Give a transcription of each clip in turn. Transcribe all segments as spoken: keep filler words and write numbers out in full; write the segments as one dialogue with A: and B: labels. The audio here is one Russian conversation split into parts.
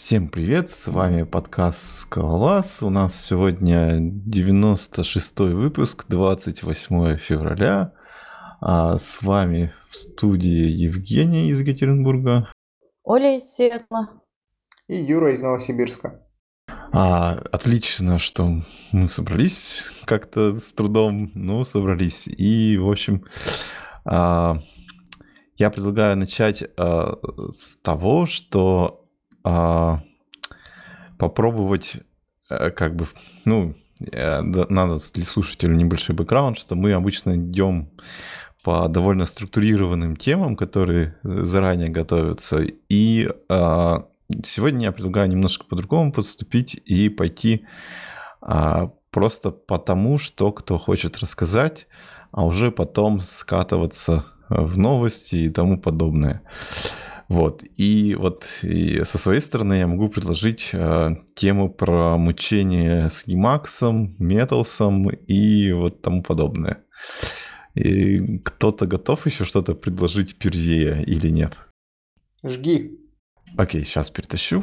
A: Всем привет, с вами подкаст «Скалолаз». У нас сегодня девяносто шестой выпуск, двадцать восьмое февраля. А с вами в студии Евгений из Екатеринбурга.
B: Оля из Сиэтла.
C: И Юра из Новосибирска.
A: А, отлично, что мы собрались как-то с трудом, но собрались. И, в общем, а, я предлагаю начать а, с того, что а, попробовать э, как бы, ну, э, да, надо для слушателя небольшой бэкграунд, что мы обычно идем по довольно структурированным темам, которые заранее готовятся. И а, сегодня я предлагаю немножко по-другому подступить и пойти а, просто потому, что кто хочет рассказать, а уже потом скатываться в новости и тому подобное. Вот. И вот и со своей стороны я могу предложить э, тему про мучение с Emacs, Metals и вот тому подобное. И кто-то готов еще что-то предложить первее или нет?
C: Жги.
A: Окей, сейчас перетащу.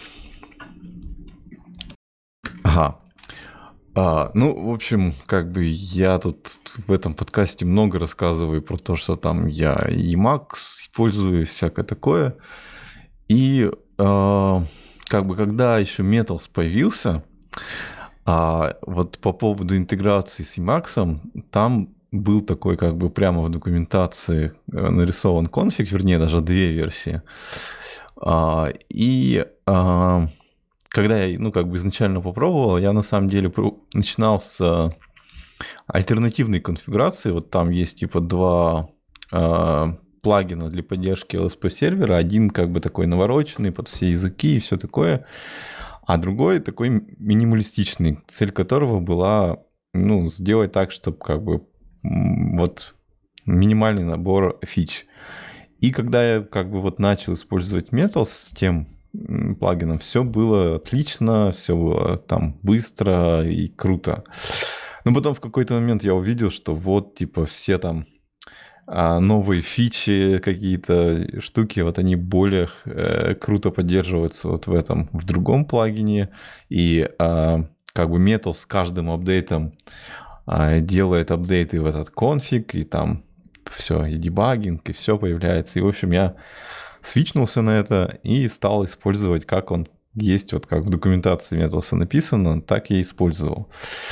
A: Ага. А, ну, в общем, как бы я тут в этом подкасте много рассказываю про то, что там я и Emacs пользую, всякое такое. И а, как бы когда еще Metals появился, а, вот по поводу интеграции с Emacs, там был такой как бы прямо в документации нарисован конфиг, вернее, даже две версии. А, и а, когда я, ну, как бы изначально попробовал, я на самом деле начинал с альтернативной конфигурации. Вот там есть типа два э, плагина для поддержки эл эс пи сервера. Один как бы такой навороченный под все языки и все такое. А другой такой минималистичный, цель которого была, ну, сделать так, чтобы как бы вот минимальный набор фич. И когда я как бы вот начал использовать Metals с тем плагином, все было отлично, все было там быстро и круто. Но потом в какой-то момент я увидел, что вот типа все там а, новые фичи, какие-то штуки, вот они более э, круто поддерживаются вот в этом, в другом плагине. И а, как бы Metals с каждым апдейтом а, делает апдейты в этот конфиг, и там все, и дебагинг, и все появляется. И, в общем, я свичнулся на это и стал использовать, как он есть, вот как в документации Metals написано, так я использовал.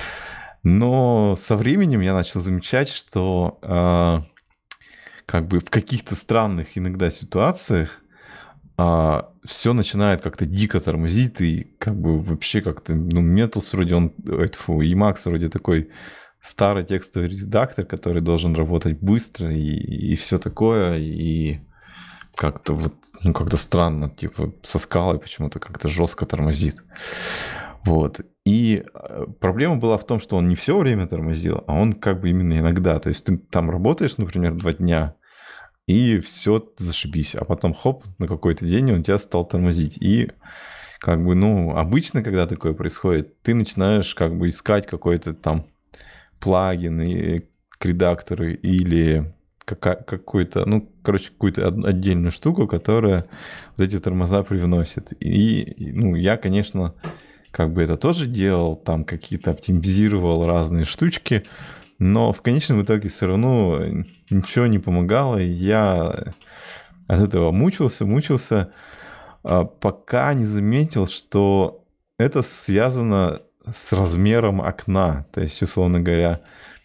A: Но со временем я начал замечать, что э, как бы в каких-то странных иногда ситуациях э, все начинает как-то дико тормозить, и как бы вообще как-то, ну, Metals вроде он, фу, Emacs вроде такой старый текстовый редактор, который должен работать быстро и, и все такое, и как-то вот, ну, как-то странно, типа со скалой почему-то как-то жестко тормозит. Вот. И проблема была в том, что он не все время тормозил, а он как бы именно иногда. То есть ты там работаешь, например, два дня, и все, зашибись. А потом, хоп, на какой-то день он тебя стал тормозить. И как бы, ну, обычно, когда такое происходит, ты начинаешь как бы искать какой-то там плагин и к редактору или какой-то, ну, короче, какую-то отдельную штуку, которая вот эти тормоза привносит. И, ну, я, конечно, как бы это тоже делал, там какие-то оптимизировал разные штучки, но в конечном итоге все равно ничего не помогало, и я от этого мучился, мучился, пока не заметил, что это связано с размером окна. То есть, условно говоря,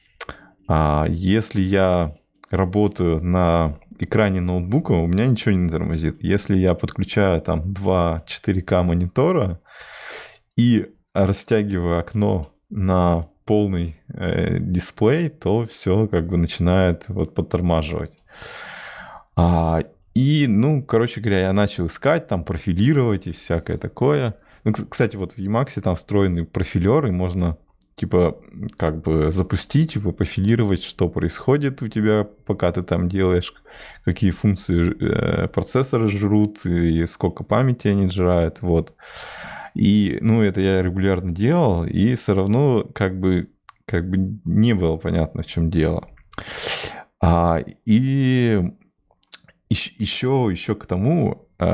A: если я работаю на экране ноутбука, у меня ничего не тормозит. Если я подключаю там два четыре ка монитора и растягиваю окно на полный э, дисплей, то все как бы начинает вот подтормаживать. А, и, ну, короче говоря, я начал искать, там, профилировать и всякое такое. Ну, кстати, вот в Emacs там встроенный профилер, и можно типа как бы запустить, его профилировать, что происходит у тебя, пока ты там делаешь, какие функции э, процессоры жрут, и сколько памяти они жрают, вот. И, ну, это я регулярно делал, и все равно как бы, как бы не было понятно, в чем дело. А, и еще, еще к тому, а,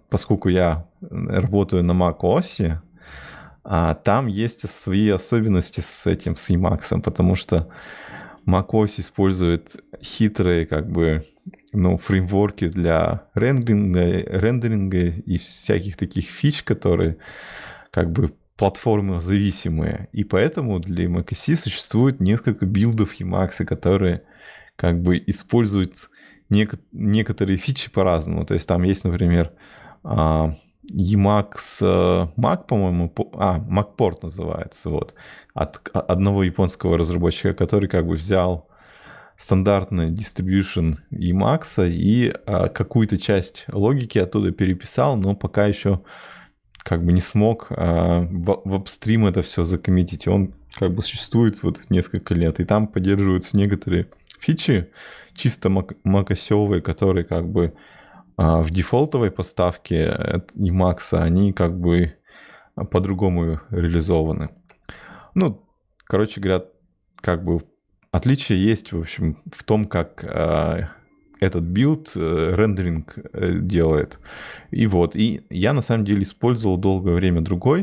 A: поскольку я работаю на macOS, а, там есть свои особенности с этим, с Emacs, потому что macOS использует хитрые, как бы, ну, фреймворки для рендеринга, рендеринга и всяких таких фич, которые, как бы, платформозависимые. И поэтому для macOS существует несколько билдов Emacs, которые, как бы, используют нек- некоторые фичи по-разному. То есть там есть, например, а, Emacs э, Mac, по-моему, по- а, MacPort называется, вот, от к- одного японского разработчика, который, как бы, взял стандартный distribution Emacs и а, какую-то часть логики оттуда переписал, но пока еще, как бы, не смог а, в, в апстрим это все закоммитить. И он, как бы, существует вот несколько лет, и там поддерживаются некоторые фичи чисто мак- макосевые, которые, как бы, а, в дефолтовой поставке э, Emacs они, как бы, по-другому реализованы. Ну, короче говоря, как бы отличие есть, в общем, в том, как э, этот билд э, рендеринг э, делает. И вот, и я на самом деле использовал долгое время другой,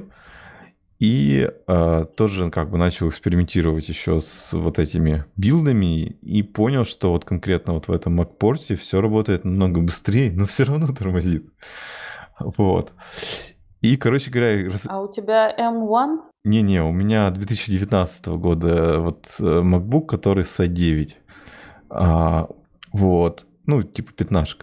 A: и э, тоже, как бы, начал экспериментировать еще с вот этими билдами и понял, что вот конкретно вот в этом MacPort все работает намного быстрее, но все равно тормозит. Вот. И, короче говоря, рас-
B: А у тебя эм один?
A: не-не, у меня две тысячи девятнадцатого года вот э, MacBook, который с а девять. А, вот. Ну, типа пятнашка.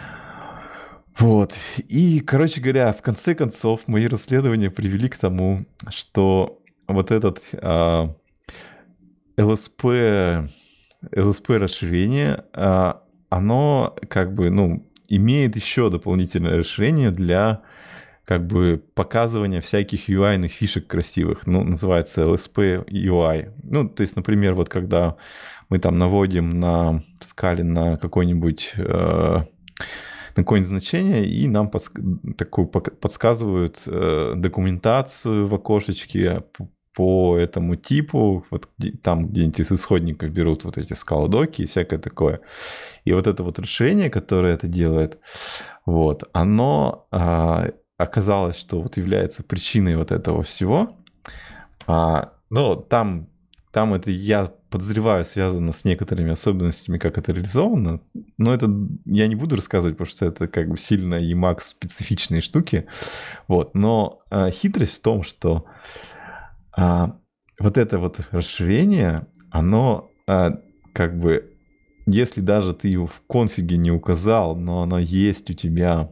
A: Вот. И, короче говоря, в конце концов, мои расследования привели к тому, что вот этот а, эл эс пи, эл эс пи расширение, а, оно, как бы, ну, имеет еще дополнительное расширение для, как бы, показывания всяких ю ай-ных фишек красивых. Ну, называется эл эс пи ю ай. Ну, то есть, например, вот когда мы там наводим на в скале на какой-нибудь э, на какое-нибудь значение, и нам подск- такую пок- подсказывают э, документацию в окошечке по, по этому типу, вот где- там где-нибудь из исходников берут вот эти скалодоки и всякое такое. И вот это вот решение, которое это делает, вот, оно а, оказалось, что вот является причиной вот этого всего. А, но там, там это, я подозреваю, связано с некоторыми особенностями, как это реализовано. Но это я не буду рассказывать, потому что это, как бы, сильно Emacs специфичные штуки. Вот. Но а, хитрость в том, что а, вот это вот расширение, оно, а, как бы, если даже ты его в конфиге не указал, но оно есть у тебя,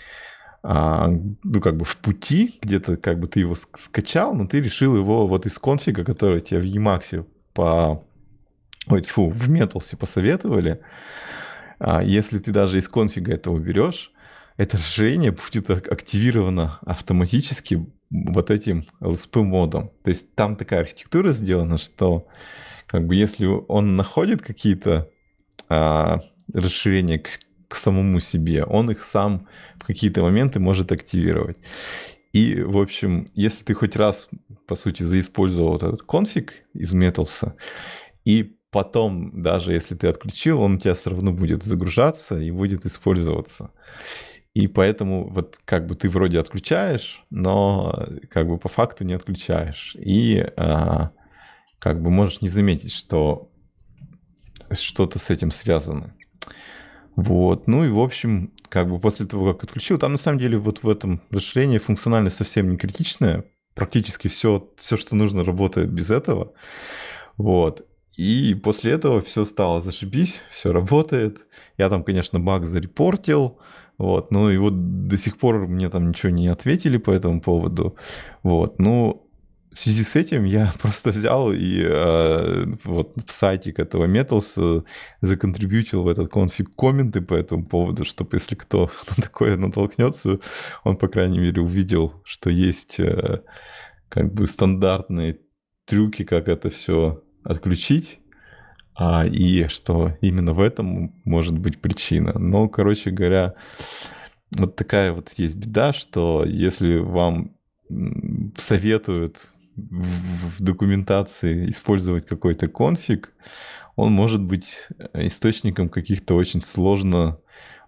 A: а, ну, как бы в пути, где-то, как бы, ты его ск- скачал, но ты решил его вот из конфига, который тебе в Emacs по... Ой, фу, в Metals посоветовали. А, если ты даже из конфига это уберешь, это расширение будет ак- активировано автоматически вот этим эл эс пи-модом. То есть там такая архитектура сделана, что, как бы, если он находит какие-то а, расширения к, с- к самому себе, он их сам в какие-то моменты может активировать. И, в общем, если ты хоть раз, по сути, заиспользовал вот этот конфиг из Metals, и потом, даже если ты отключил, он у тебя все равно будет загружаться и будет использоваться. И поэтому вот, как бы, ты вроде отключаешь, но, как бы, по факту не отключаешь. И а, как бы можешь не заметить, что что-то с этим связано. Вот. Ну и, в общем, как бы, после того, как отключил, там на самом деле вот в этом расширении функциональность совсем не критичная. Практически все, все, что нужно, работает без этого. Вот. И после этого все стало зашибись, все работает. Я там, конечно, баг зарепортил. Вот. Ну и вот до сих пор мне там ничего не ответили по этому поводу. Вот. Ну, в связи с этим я просто взял и э, вот в сайтик этого Metals законтрибьютил в этот конфиг комменты по этому поводу, чтобы, если кто на такое натолкнется, он, по крайней мере, увидел, что есть э, как бы стандартные трюки, как это все отключить, а, и что именно в этом может быть причина. Но, короче говоря, вот такая вот есть беда, что если вам м, советуют в, в документации использовать какой-то конфиг, он может быть источником каких-то очень сложно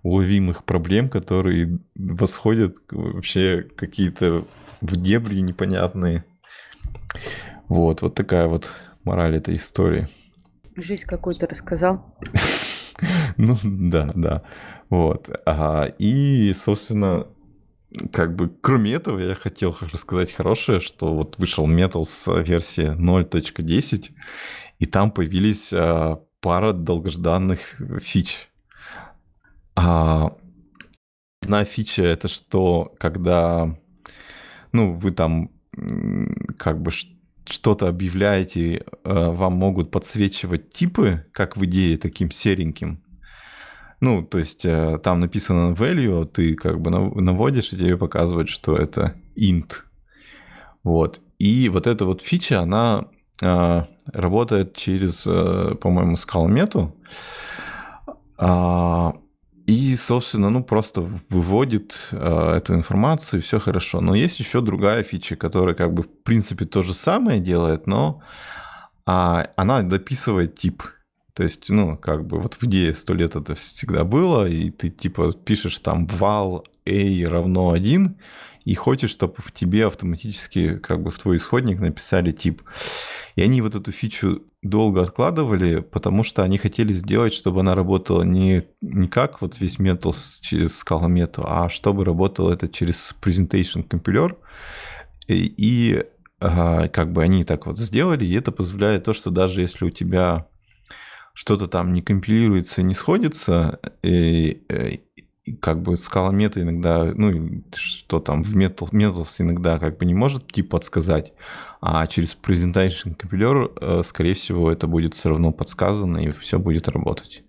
A: уловимых проблем, которые восходят к- вообще какие-то в дебри непонятные. Вот, вот такая вот мораль этой истории.
B: Жизнь какую-то рассказал.
A: Ну, да, да. Вот. Ага. И, собственно, как бы, кроме этого, я хотел рассказать хорошее, что вот вышел Metals версия ноль точка десять, и там появились а, пара долгожданных фич. А, одна фича — это что, когда, ну, вы там м, как бы ш- что-то объявляете, э, вам могут подсвечивать типы, как в идее, таким сереньким. Ну, то есть э, там написано value, ты как бы нав- наводишь, и тебе показывает, что это int. Вот. И вот эта вот фича, она а, работает через, э, по-моему, скалмету. А, и, собственно, ну, просто выводит а, эту информацию, и все хорошо. Но есть еще другая фича, которая как бы в принципе то же самое делает, но а, она дописывает тип. То есть, ну, как бы вот в идее сто лет это всегда было, и ты типа пишешь там val a равно один, и хочешь, чтобы в тебе автоматически как бы в твой исходник написали тип. И они вот эту фичу долго откладывали, потому что они хотели сделать, чтобы она работала не, не как вот весь Metals через Scala Meto, а чтобы работало это через Presentation Compiler. И, и а, как бы они так вот сделали, и это позволяет то, что даже если у тебя что-то там не компилируется, не сходится, и, и как бы Scala Meta иногда, ну, и что там в Metal, Metals иногда как бы не может тип подсказать, а через Presentation Compiler, э, скорее всего, это будет все равно подсказано, и все будет работать.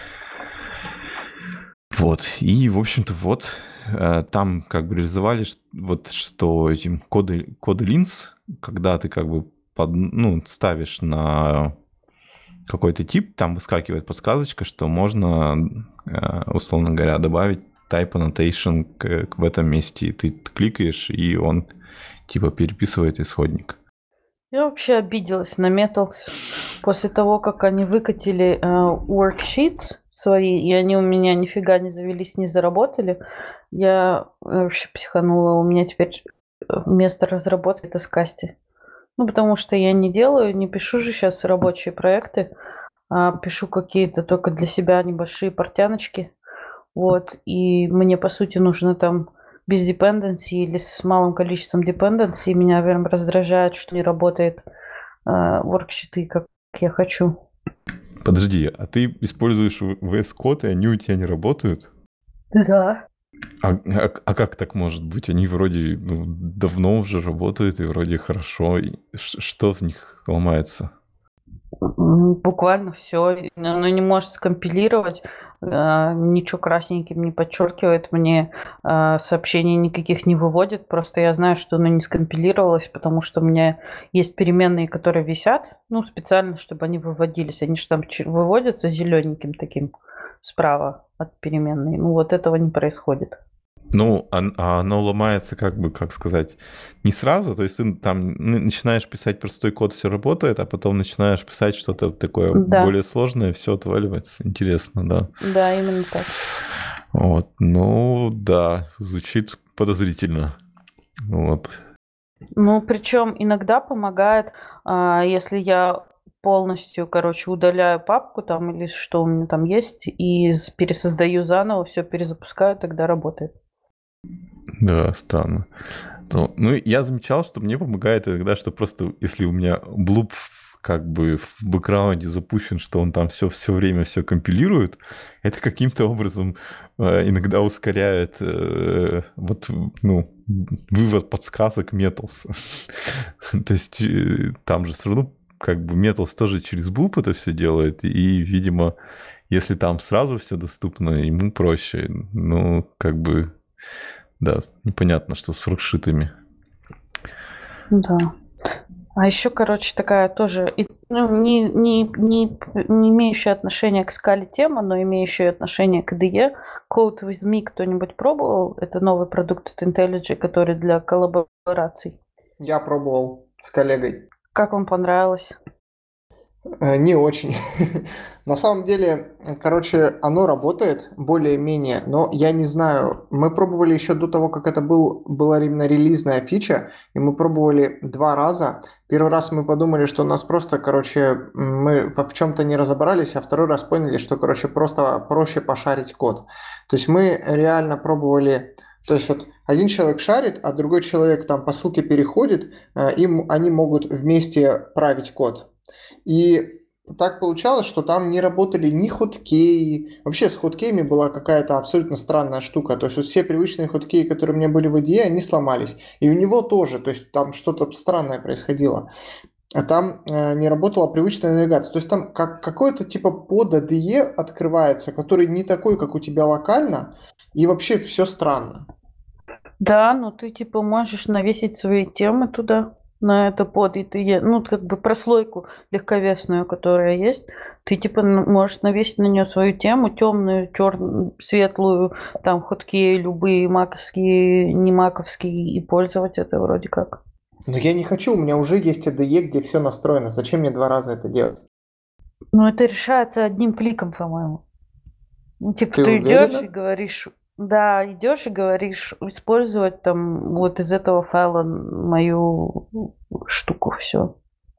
A: Вот. И, в общем-то, вот э, там как бы реализовали ш- вот что этим коды, коды линз, когда ты как бы под, ну, ставишь на какой-то тип, там выскакивает подсказочка, что можно, э, условно говоря, добавить type annotation к, к- в этом месте. И ты кликаешь, и он типа переписывает исходник.
B: Я вообще обиделась на Metals после того, как они выкатили э, worksheets свои, и они у меня нифига не завелись, не заработали. Я вообще психанула. У меня теперь э, место разработки — это Скасти. Ну, потому что я не делаю, не пишу же сейчас рабочие проекты, а пишу какие-то только для себя небольшие портяночки. Вот, и мне, по сути, нужно там без dependency или с малым количеством dependency. Меня прям раздражает, что не работает э, воркшиты, как я хочу.
A: Подожди, а ты используешь ви эс Code, и они у тебя не работают?
B: Да.
A: А, а- а как так может быть? Они вроде ну, давно уже работают, и вроде хорошо. И ш- что в них ломается?
B: М, Буквально все. Оно не может скомпилировать, э, ничего красненьким не подчеркивает, мне э, сообщений никаких не выводит. Просто я знаю, что оно не скомпилировалось, потому что у меня есть переменные, которые висят, ну, специально, чтобы они выводились. Они же там чи- выводятся зелененьким таким справа от переменной. Ну, вот этого не происходит.
A: Ну, а, а оно ломается, как бы, как сказать, не сразу. То есть ты там н- начинаешь писать простой код, все работает, а потом начинаешь писать что-то такое
B: Да,
A: более сложное, все отваливается. Интересно, да.
B: да, именно так.
A: Вот, ну, да, звучит подозрительно. Вот.
B: Ну, причем иногда помогает, а, если я полностью, короче, удаляю папку там или что у меня там есть, и с- пересоздаю заново, все перезапускаю, тогда работает.
A: Да, странно. Ну, ну, я замечал, что мне помогает иногда, что просто если у меня блуп в- как бы в бэкграунде запущен, что он там все, все время все компилирует, это каким-то образом э, иногда ускоряет э, вот, ну, вывод подсказок Metals. То есть э, там же все равно как бы Metals тоже через блуп это все делает, и, видимо, если там сразу все доступно, ему проще. Ну, как бы, да, непонятно, что с фрукшитами.
B: Да. А еще, короче, такая тоже, и, ну, не, не, не, не имеющая отношения к скале тема, но имеющая отношение к ай ди и. Code with Me кто-нибудь пробовал? Это новый продукт от IntelliJ, который для коллабораций.
C: Я пробовал с коллегой.
B: Как вам понравилось?
C: Э, Не очень. На самом деле, э, короче, оно работает более-менее, но я не знаю. Мы пробовали еще до того, как это был, была именно релизная фича, и мы пробовали два раза. Первый раз мы подумали, что у нас просто, короче, м, мы во- в чем-то не разобрались, а второй раз поняли, что, короче, просто проще пошарить код. То есть мы реально пробовали, то есть вот один человек шарит, а другой человек там по ссылке переходит, э, им они могут вместе править код. И так получалось, что там не работали ни хоткеи. Вообще с хоткеями была какая-то абсолютно странная штука. То есть вот все привычные хоткеи, которые у меня были в ай ди и, они сломались. И у него тоже. То есть там что-то странное происходило. А там э, не работала привычная навигация. То есть там как, какой-то типа под эй ди и открывается, который не такой, как у тебя локально. И вообще все странно.
B: Да, ну ты типа можешь навесить свои темы туда, на это под, и ты, е- ну как бы прослойку легковесную, которая есть, ты типа н- можешь навесить на нее свою тему, темную, черную, светлую, там хотки любые, маковские, не маковские, и пользовать это вроде как.
C: Но я не хочу, у меня уже есть эй ди и, где все настроено. Зачем мне два раза это делать?
B: Ну это решается одним кликом, по-моему. Ну, типа,
C: Ты
B: ты идешь и
C: уверена?
B: говоришь, да, идешь и говоришь, использовать там вот из этого файла мою штуку, все.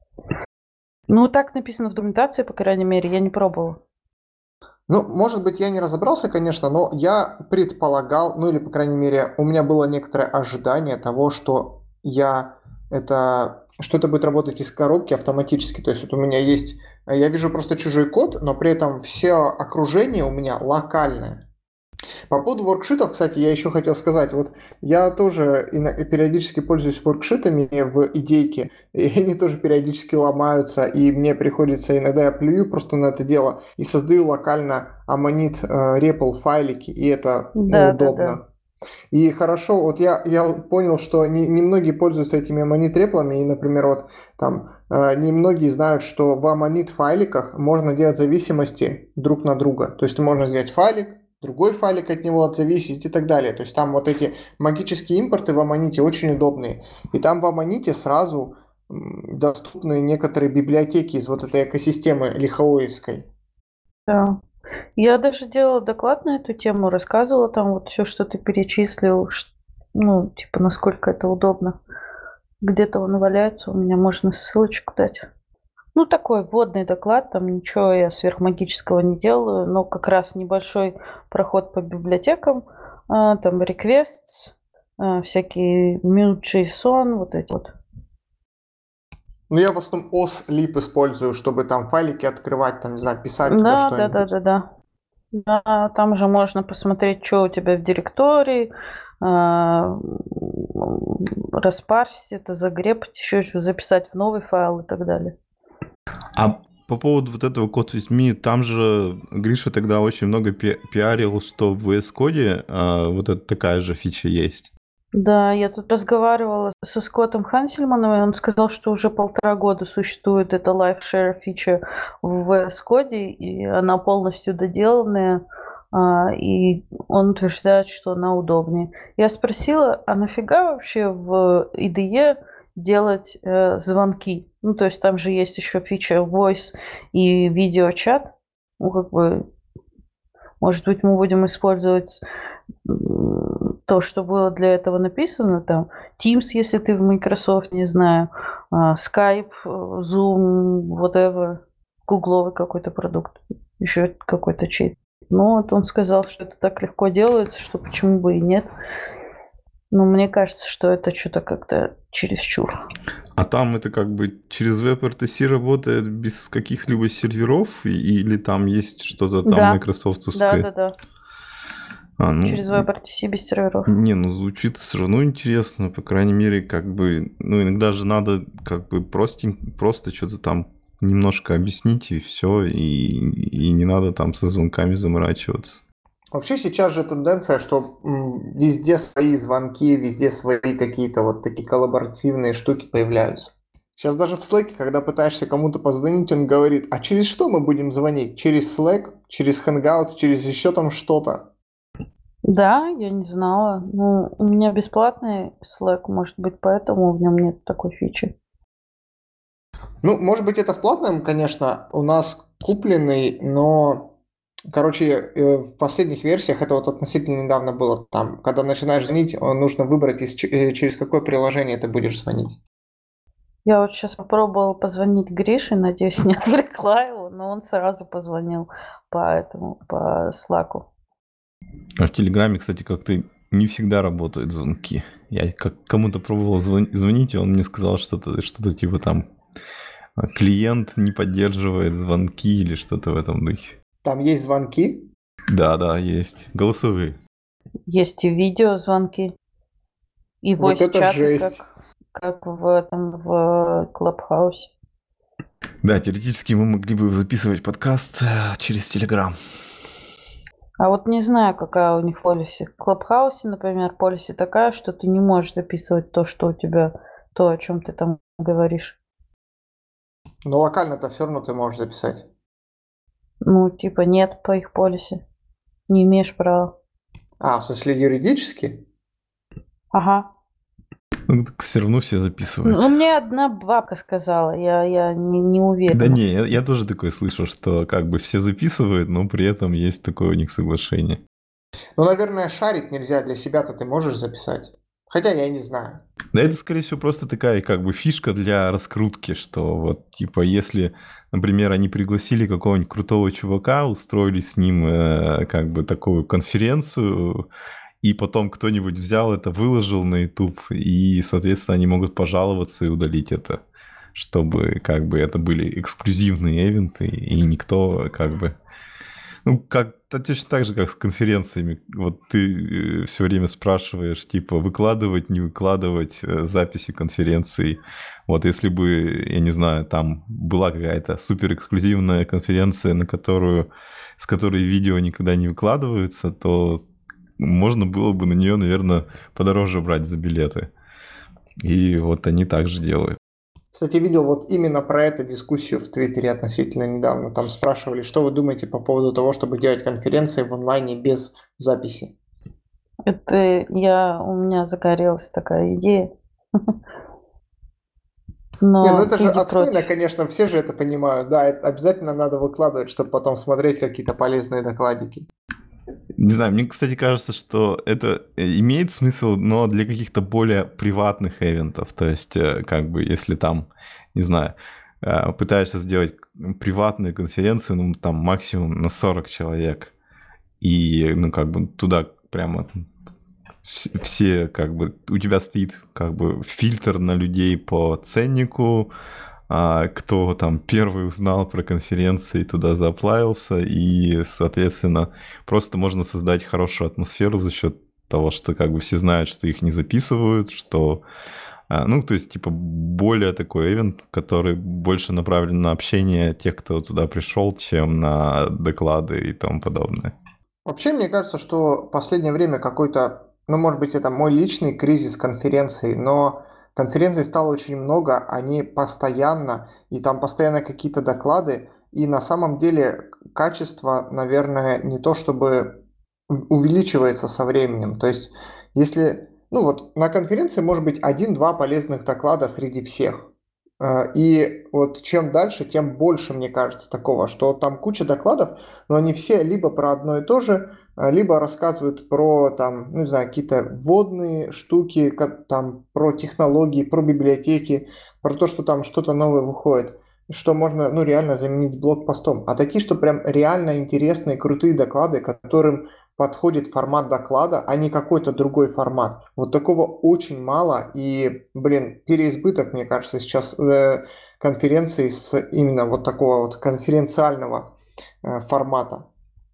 B: Ну, так написано в документации, по крайней мере, я не пробовала.
C: Ну, может быть, я не разобрался, конечно, но я предполагал, ну или, по крайней мере, у меня было некоторое ожидание того, что я это, что это будет работать из коробки автоматически. То есть вот у меня есть, я вижу просто чужой код, но при этом все окружение у меня локальное. По поводу воркшитов, кстати, я еще хотел сказать, вот я тоже ино- периодически пользуюсь воркшитами в идейке, и они тоже периодически ломаются, и мне приходится иногда я плюю просто на это дело и создаю локально Amonit э, репл файлики, и это, ну,
B: Да, да, да.
C: удобно. И хорошо, вот я, я понял, что не, не многие пользуются этими Amonit реплами, и, например, вот там э, не многие знают, что в Amonit файликах можно делать зависимости друг на друга. То есть можно сделать файлик, другой файлик от него зависит и так далее. То есть там вот эти магические импорты в Аманите очень удобные. И там в Аманите сразу м, доступны некоторые библиотеки из вот этой экосистемы лихаоевской.
B: Да. Я даже делала доклад на эту тему, рассказывала там вот все, что ты перечислил, ш- ну, типа, насколько это удобно. Где-то он валяется, у меня можно ссылочку дать. Ну, такой вводный доклад, там ничего я сверхмагического не делаю, но как раз небольшой проход по библиотекам, а, там requests, а, всякие mute.json, вот эти вот.
C: Ну, я в основном oslib использую, чтобы там файлики открывать, там, не знаю, писать туда
B: Да, да, да,
C: что-нибудь.
B: да, да. Да, там же можно посмотреть, что у тебя в директории, а, м, распарсить это, загребать, еще что записать в новый файл и так далее.
A: А по поводу вот этого код визьми, там же Гриша тогда очень много пи- пиарил, что в ви эс Code а, вот эта такая же фича есть.
B: Да, я тут разговаривала со Скоттом Хансельманом, и он сказал, что уже полтора года существует эта Live Share фича в ви эс Code, и она полностью доделанная, а, и он утверждает, что она удобнее. Я спросила, а нафига вообще в ай ди и делать э, звонки? Ну, то есть там же есть еще фича Voice и видеочат. Ну, как бы, может быть, мы будем использовать м, то, что было для этого написано, там, Teams, если ты в Microsoft, не знаю, а, Skype, э, Zoom, whatever, гугловый какой-то продукт, еще какой-то чей. Ну, вот он сказал, что это так легко делается, что почему бы и нет. Но мне кажется, что это что-то как-то чересчур.
A: А там это как бы через WebRTC работает без каких-либо серверов, и- или там есть что-то там
B: Да, да,
A: майкрософтовское?
B: да, да.
A: А, ну,
B: Через WebRTC без серверов.
A: не, ну звучит все равно интересно, по крайней мере, как бы, ну иногда же надо как бы простень, просто что-то там немножко объяснить и все, и, и не надо там со звонками заморачиваться.
C: Вообще сейчас же тенденция, что м, везде свои звонки, везде свои какие-то вот такие коллаборативные штуки появляются. Сейчас даже в Slack, когда пытаешься кому-то позвонить, он говорит, а через что мы будем звонить? Через Slack, через Hangouts, через еще там что-то.
B: Да, я не знала. Ну, у меня бесплатный Slack, может быть, поэтому в нем нет такой фичи.
C: Ну, может быть, это в платном, конечно, у нас купленный, но, короче, э, в последних версиях, это вот относительно недавно было, там, когда начинаешь звонить, э, нужно выбрать, из ч- э, через какое приложение ты будешь звонить.
B: Я вот сейчас попробовала позвонить Грише, надеюсь, не отвлекла его, но он сразу позвонил по этому, по Слаку.
A: А в Телеграме, кстати, как-то не всегда работают звонки. Я как кому-то пробовал звон- звонить, и он мне сказал что-то, что-то типа там а, клиент не поддерживает звонки или что-то в этом духе.
C: Там есть звонки.
A: Да, да, есть. Голосовые.
B: Есть и видеозвонки, и
C: Вот это
B: voice-чаты,
C: жесть.
B: как, как в этом, в Клабхаусе.
A: Да, теоретически мы могли бы записывать подкаст э, через Телеграм.
B: А вот не знаю, какая у них полиси. В Клабхаусе, например, полиси такая, что ты не можешь записывать то, что у тебя, то, о чем ты там говоришь.
C: Но локально-то все равно ты можешь записать.
B: Ну, типа, нет по их полиси. Не имеешь права.
C: А, в смысле юридически?
B: Ага.
A: Ну, так все равно все записывают.
B: Ну, мне одна бабка сказала, я, я не, не уверена.
A: Да не, я, я тоже такое слышу, что как бы все записывают, но при этом есть такое у них соглашение.
C: Ну, наверное, шарить нельзя для себя-то ты можешь записать. Хотя я не знаю.
A: Да это, скорее всего, просто такая как бы фишка для раскрутки, что вот типа если, например, они пригласили какого-нибудь крутого чувака, устроили с ним э, как бы такую конференцию, и потом кто-нибудь взял это, выложил на YouTube, и, соответственно, они могут пожаловаться и удалить это, чтобы как бы это были эксклюзивные ивенты, и никто как бы... Ну, как да, точно так же, как с конференциями. Вот ты все время спрашиваешь, типа, выкладывать, не выкладывать э, записи конференций. Вот если бы, я не знаю, там была какая-то супер эксклюзивная конференция, на которую, с которой видео никогда не выкладываются, то можно было бы на нее, наверное, подороже брать за билеты. И вот они так же делают.
C: Кстати, видел вот именно про эту дискуссию в Твиттере относительно недавно. Там спрашивали, что вы думаете по поводу того, чтобы делать конференции в онлайне без записи.
B: Это я, у меня загорелась такая идея.
C: Не, ну
B: Но
C: это же
B: люди
C: отстойно,
B: против.
C: конечно, все же это понимают. Да, это обязательно надо выкладывать, чтобы потом смотреть какие-то полезные докладики.
A: Не знаю, мне, кстати, кажется, что это имеет смысл, но для каких-то более приватных ивентов. То есть, э, как бы, если там, не знаю, э, пытаешься сделать приватную конференцию, ну, там, максимум на сорок человек, и, ну, как бы, туда прямо вс- все, как бы, у тебя стоит, как бы, фильтр на людей по ценнику, а, кто там первый узнал про конференции, туда заплавился, и, соответственно, просто можно создать хорошую атмосферу за счет того, что как бы все знают, что их не записывают, что, а, ну, то есть, типа, более такой ивент, который больше направлен на общение тех, кто туда пришел, чем на доклады и тому подобное.
C: Вообще, мне кажется, что в последнее время какой-то, ну, может быть, это мой личный кризис конференций, но конференций стало очень много, они постоянно, и там постоянно какие-то доклады, и на самом деле качество, наверное, не то чтобы у- увеличивается со временем. То есть, если, ну вот, на конференции может быть один-два полезных доклада среди всех. Э, И вот чем дальше, тем больше, мне кажется, такого, что там куча докладов, но они все либо про одно и то же, а, либо рассказывают про там, ну не знаю, какие-то вводные штуки, как, там про технологии, про библиотеки, про то, что там что-то новое выходит, что можно, ну, реально заменить блокпостом. А такие, что прям реально интересные, крутые доклады, которым подходит формат доклада, а не какой-то другой формат. Вот такого очень мало, и, блин, переизбыток, мне кажется, сейчас э, конференций с именно вот такого вот конференциального э, формата.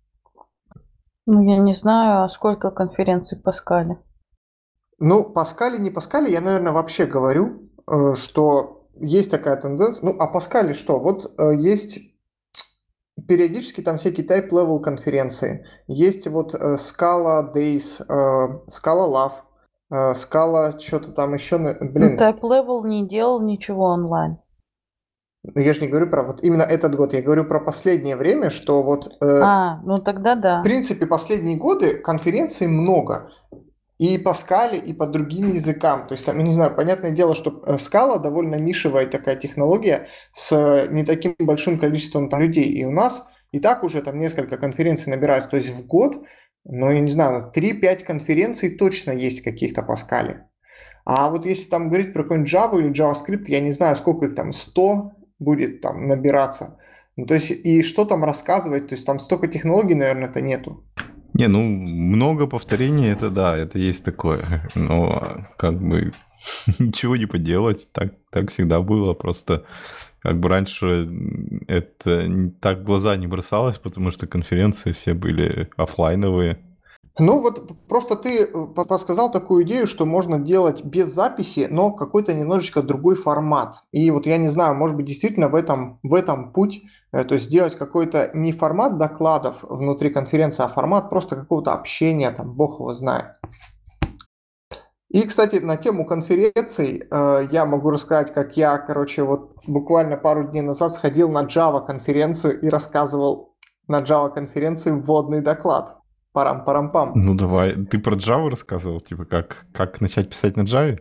B: Ну, я не знаю, а сколько конференций Паскаля.
C: Ну, Паскале, не Паскале, я, наверное, вообще говорю, э, что есть такая тенденция. Ну, а Паскале что? Вот э, есть периодически там всякие type-level конференции. Есть вот э, Scala Days, э, Scala Love, э, Scala что-то там еще. на-
B: Ну,
C: Блин,
B: Type Level не делал ничего онлайн.
C: ну, я же не говорю про вот именно этот год, я говорю про последнее время, что вот э,
B: А, ну тогда
C: в
B: да.
C: принципе последние годы конференций много. и по скале, и по другим языкам. То есть там, я не знаю, понятное дело, что э, скала довольно нишевая такая технология с э, не таким большим количеством там людей. И у нас и так уже там несколько конференций набирается. То есть в год, ну, я не знаю, три-пять конференций точно есть каких-то по скале. А вот если там говорить про какой-нибудь Java или JavaScript, я не знаю, сколько их там, сто будет там набираться. Ну, то есть, и что там рассказывать, то есть там столько технологий, наверное-то нету.
A: Не, ну, много повторений, это да, это есть такое. Но как бы ничего не поделать, так, так всегда было. Просто как бы раньше это не- так в глаза не бросалось, потому что конференции все были оффлайновые.
C: Ну вот просто ты э, по- подсказал такую идею, что можно делать без записи, но какой-то немножечко другой формат. И вот я не знаю, может быть действительно в этом, в этом путь, э, то есть сделать какой-то не формат докладов внутри конференции, а формат просто какого-то общения, там, бог его знает. И, кстати, на тему конференций э, я могу рассказать, как я, короче, вот буквально пару дней назад сходил на Java конференцию и рассказывал на Java конференции вводный доклад. Парам-парам-пам.
A: Ну давай, ты про Java рассказывал, типа как, как начать писать на Java?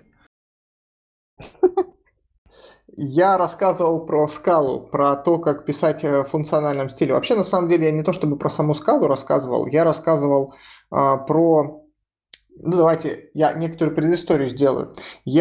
C: Я рассказывал про скалу, про то, как писать э, в функциональном стиле. Вообще, на самом деле, я не то чтобы про саму скалу рассказывал, я рассказывал а, про... Ну, давайте я некоторую предысторию сделаю.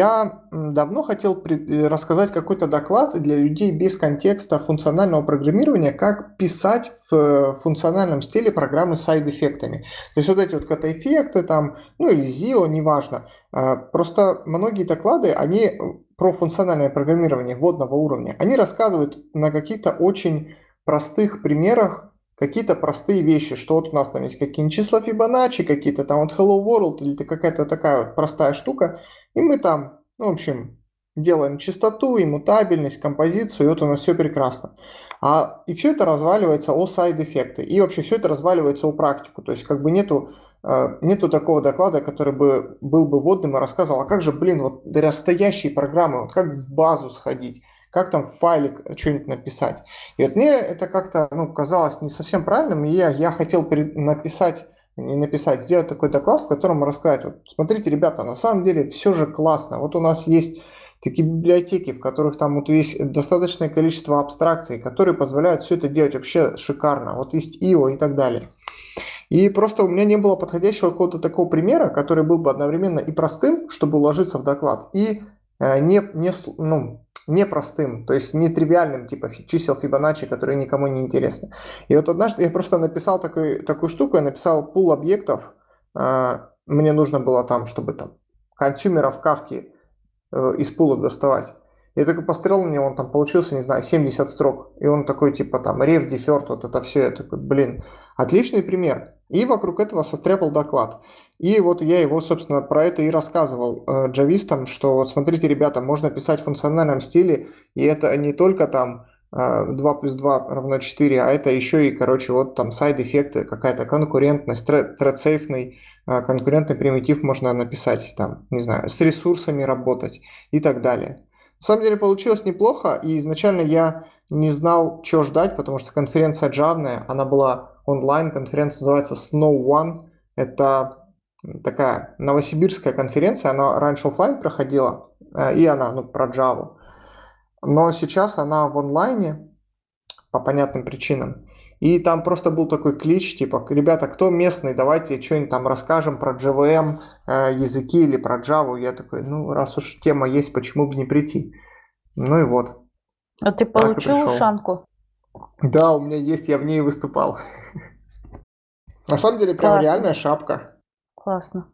C: Я м, давно хотел пред- э, рассказать какой-то доклад для людей без контекста функционального программирования, как писать в э, функциональном стиле программы с сайд-эффектами. То есть вот эти вот ката-эффекты там, ну или зио, неважно. А, Просто многие доклады, они э, про функциональное программирование вводного уровня, они рассказывают на каких-то очень простых примерах какие-то простые вещи, что вот у нас там есть какие-нибудь числа Фибоначчи, какие-то там вот Hello World или какая-то такая вот простая штука, и мы там, ну, в общем, делаем частоту, иммутабельность, композицию, и вот у нас все прекрасно. А, и все это разваливается о сайд-эффекты, и вообще все это разваливается о практику, то есть как бы нету, э, нету такого доклада, который бы был бы вводным и рассказывал, а как же, блин, вот для стоящие программы, вот как в базу сходить, как там в файлик что-нибудь написать. И вот мне это как-то ну, казалось не совсем правильным, и я, я хотел перед- написать, не написать, сделать такой доклад, в котором рассказать, вот, смотрите, ребята, на самом деле все же классно. Вот у нас есть такие библиотеки, в которых там вот есть достаточное количество абстракций, которые позволяют все это делать вообще шикарно. Вот есть ай о и так далее. И просто у меня не было подходящего какого-то такого примера, который был бы одновременно и простым, чтобы уложиться в доклад, и э, не, не, с- ну, непростым, то есть нетривиальным, типа фи- чисел Фибоначчи, которые никому не интересны. И вот однажды я просто написал такой, такую штуку, я написал пул объектов, э, мне нужно было там, чтобы там консюмеров кавки э, из пула доставать. Я такой посмотрел на него, он там получился, не знаю, семьдесят строк. И он такой, типа, там, рев, деферт, вот это все. Я такой, блин, отличный пример. И вокруг этого состряпал доклад. И вот я его, собственно, про это и рассказывал э, джавистам, что вот смотрите, ребята, можно писать в функциональном стиле, и это не только там э, два плюс два равно четыре, а это еще и, короче, вот там сайд-эффекты, какая-то конкурентность, thread-сейфный э, конкурентный примитив можно написать, там, не знаю, с ресурсами работать и так далее. На самом деле получилось неплохо, и изначально я не знал, что ждать, потому что конференция джавная, она была онлайн, конференция называется Snow One, это такая новосибирская конференция, она раньше оффлайн проходила, э, и она, ну, про Java, но сейчас она в онлайне по понятным причинам. И там просто был такой клич, типа, ребята, кто местный, давайте что-нибудь там расскажем про джей ви эм э, языки или про Java. Я такой, ну, раз уж тема есть, почему бы не прийти? Ну и вот,
B: А ты
C: так и
B: получил
C: пришел.
B: ушанку?
C: Да, у меня есть, я в ней выступал. На самом деле, прям
B: Классно,
C: реальная шапка.
B: классно.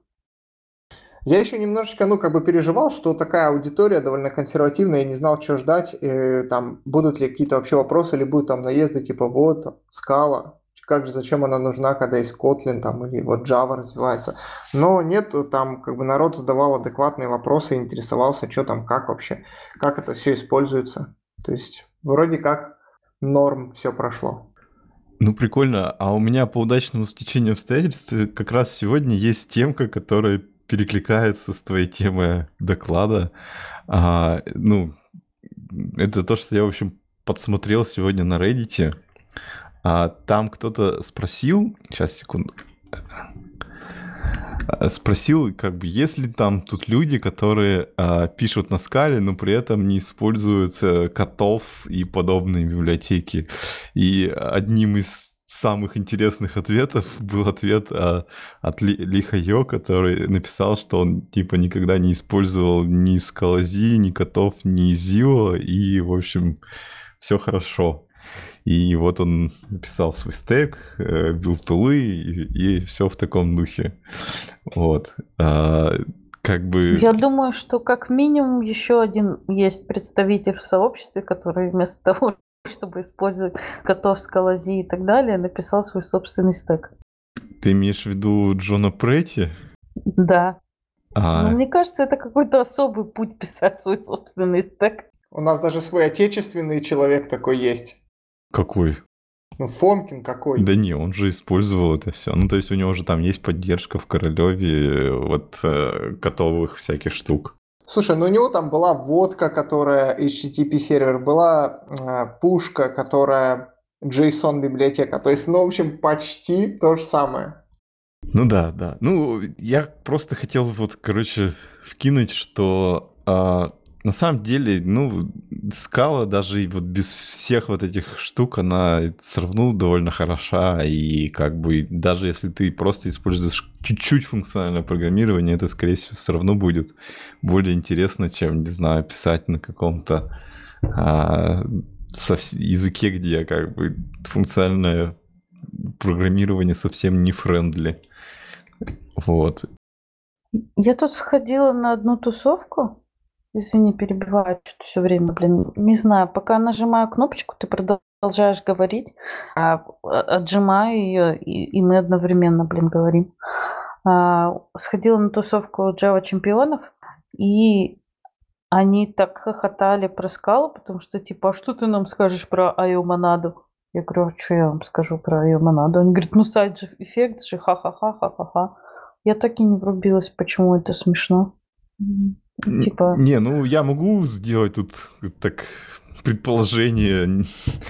C: Я еще немножечко, ну, как бы переживал, что такая аудитория довольно консервативная, я не знал, что ждать, э, там, будут ли какие-то вообще вопросы, или будут там наезды, типа, вот, там, скала, как же, зачем она нужна, когда есть Kotlin, там, или вот Java развивается. Но нет, там, как бы народ задавал адекватные вопросы, интересовался, что там, как вообще, как это все используется. То есть, вроде как норм все прошло.
A: Ну, прикольно. А у меня по удачному стечению обстоятельств как раз сегодня есть темка, которая перекликается с твоей темой доклада. А, ну, это то, что я, в общем, подсмотрел сегодня на Reddit. А, там кто-то спросил... Сейчас, секунду. э, спросил, как бы, есть ли там тут люди, которые э, пишут на скале, но при этом не используют э, котов и подобные библиотеки. И одним из самых интересных ответов был ответ э, от Ли, Ли Хайо, который написал, что он типа никогда не использовал ни скалази, ни котов, ни зио, и, в общем, все хорошо. И вот он написал свой стек, э, билд тулы, и, и все в таком духе. Вот. А, как бы...
B: Я думаю, что как минимум еще один есть представитель в сообществе, который вместо того, чтобы использовать котов, скалази и так далее, написал свой собственный стек.
A: Ты имеешь в виду Джона Претти?
B: Да.
A: А,
B: Но мне кажется, это какой-то особый путь писать свой собственный стек.
C: У нас даже свой отечественный человек такой есть.
A: какой?
C: Ну, Фомкин какой.
A: Да не, он же использовал это все. Ну, то есть у него же там есть поддержка в Королеве вот э, котовых всяких штук.
C: Слушай, ну у него там была водка, которая эйч ти ти пи сервер, была э, пушка, которая JSON библиотека. То есть, ну, в общем, почти то же самое.
A: Ну да, да. Ну, я просто хотел вот, короче, вкинуть, что а, на самом деле, ну, скала даже и вот без всех вот этих штук, она все равно довольно хороша, и как бы даже если ты просто используешь чуть-чуть функциональное программирование, это, скорее всего, все равно будет более интересно, чем, не знаю, писать на каком-то а, совс- языке, где как бы функциональное программирование совсем не френдли. Вот.
B: Я тут сходила на одну тусовку. Извини, перебиваю что-то все время, блин. Не знаю, пока нажимаю кнопочку, ты продолжаешь говорить, а а, отжимаю ее, и, и мы одновременно, блин, говорим. А, сходила на тусовку Java чемпионов, и они так хохотали про скалу, потому что типа, а что ты нам скажешь про ай о-монаду? Я говорю, а что я вам скажу про ай о-монаду? Они говорят, ну сайт же эффект же, ха-ха-ха, ха-ха-ха. Я так и не врубилась, почему это смешно. М,
A: Н-
B: Типа,
A: Не, ну я могу сделать тут так предположение,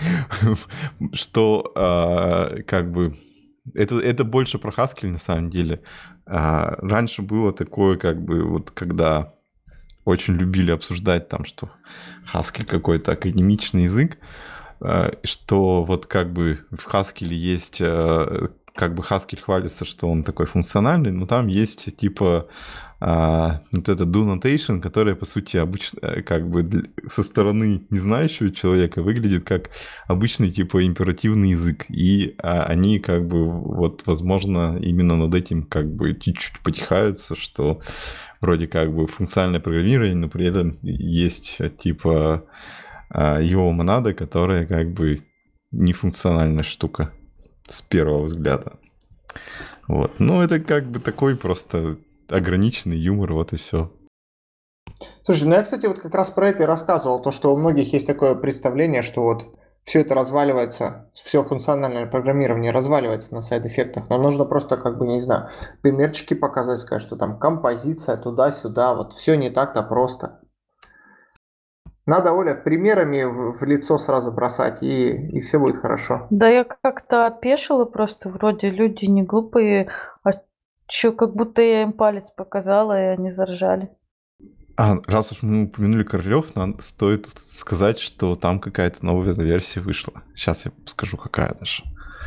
A: что а, как бы это, это больше про Haskell на самом деле. А, раньше было такое, как бы, вот когда очень любили обсуждать там, что Haskell какой-то академичный язык, а, что вот как бы в Haskell есть, а, как бы Haskell хвалится, что он такой функциональный, но там есть типа а, вот это do notation, которая по сути обычно э, как бы для- со стороны не знающего человека выглядит как обычный типа императивный язык, и а, они как бы вот возможно именно над этим как бы чуть-чуть потихаются, что вроде как бы функциональное программирование, но при этом есть э, типа а, его монада, которая как бы нефункциональная штука с первого взгляда. Вот. Ну, это как бы такой просто ограниченный юмор, вот и все.
C: Слушай, ну я, кстати, вот как раз про это и рассказывал, то, что у многих есть такое представление, что вот все это разваливается, все функциональное программирование разваливается на сайд-эффектах, но нужно просто, как бы, не знаю, примерчики показать, сказать, что там композиция туда-сюда, вот все не так-то просто. Надо, Оля, примерами в, в лицо сразу бросать, и, и все будет хорошо.
B: да я как-то опешила просто, вроде люди не глупые, а чё, как будто я им палец показала, и они заржали.
A: А, раз уж мы упомянули Королёв, надо, стоит сказать, что там какая-то новая версия вышла. Сейчас я скажу, какая даже.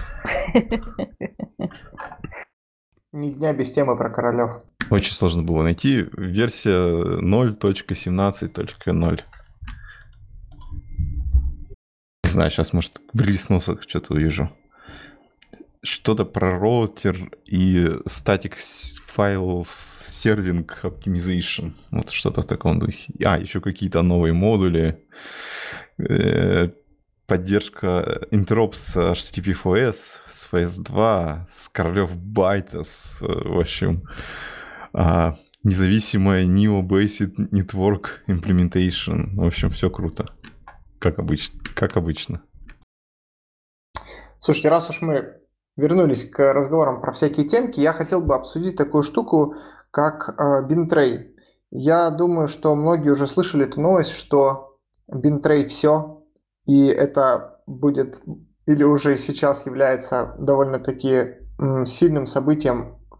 C: Ни дня без темы про королев.
A: Очень сложно было найти. Версия ноль точка семнадцать точка ноль. Не знаю, сейчас, может, в релиз-носах что-то увижу. Что-то про роутер и static file serving optimization. Вот что-то в таком духе. А, еще какие-то новые модули. Э, Поддержка интероп с эйч ти ти пи фор эс, с эф эс два, с Королев Байтес. В общем, а, независимая Neo-Based Network Implementation. В общем, все круто. Как обычно. Как обычно.
C: Слушайте, раз уж мы вернулись к разговорам про всякие темки, я хотел бы обсудить такую штуку, как э, Bintray. Я думаю, что многие уже слышали эту новость, что Bintray все, и это будет или уже сейчас является довольно-таки м, сильным событием в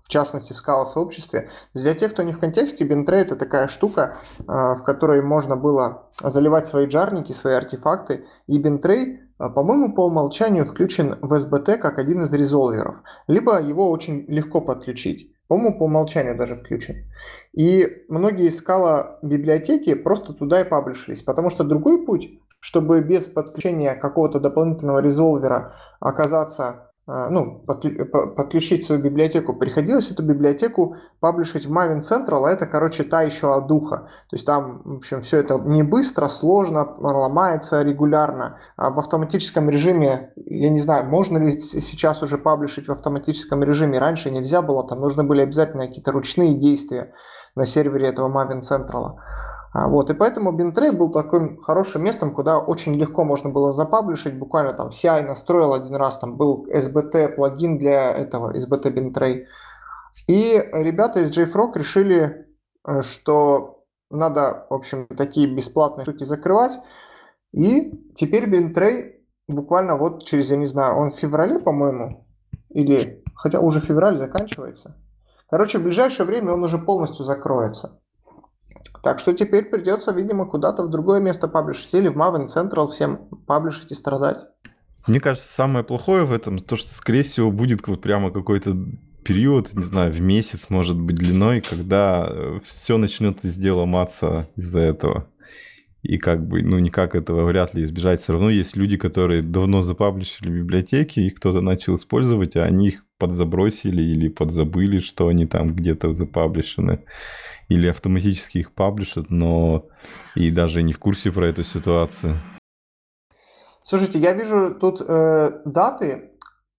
C: частности в скала-сообществе. Для тех, кто не в контексте, бинтрей — это такая штука, в которой можно было заливать свои джарники, свои артефакты, и бинтрей, по-моему, по умолчанию включен в эс би ти как один из резолверов, либо его очень легко подключить. По-моему, по умолчанию даже включен. И многие скала-библиотеки просто туда и паблишились, потому что другой путь, чтобы без подключения какого-то дополнительного резолвера оказаться, ну, подключить свою библиотеку, приходилось эту библиотеку паблишить в Maven Central, а это, короче, та еще одуха. То есть там, в общем, все это не быстро, сложно, ломается регулярно. А в автоматическом режиме, я не знаю, можно ли сейчас уже паблишить в автоматическом режиме, раньше нельзя было, там нужны были обязательно какие-то ручные действия на сервере этого Maven Central. Вот, и поэтому бинтрей был таким хорошим местом, куда очень легко можно было запаблишить, буквально там си ай настроил один раз, там был эс би ти плагин для этого, эс би ти бинтрей. И ребята из JFrog решили, что надо, в общем, такие бесплатные штуки закрывать, и теперь бинтрей буквально вот через, я не знаю, он в феврале, по-моему, или, хотя уже февраль заканчивается. Короче, в ближайшее время он уже полностью закроется. Так что теперь придется, видимо, куда-то в другое место паблишить. Или в Maven Central всем паблишить и страдать.
A: Мне кажется, самое плохое в этом, то, что, скорее всего, будет вот прямо какой-то период, не знаю, в месяц, может быть, длиной, когда все начнет везде ломаться из-за этого. И как бы, ну, никак этого вряд ли избежать. Все равно есть люди, которые давно запаблишили библиотеки, их кто-то начал использовать, а они их подзабросили или подзабыли, что они там где-то запаблишены. Или автоматически их паблишат, но и даже не в курсе про эту ситуацию.
C: Слушайте, я вижу тут э, даты,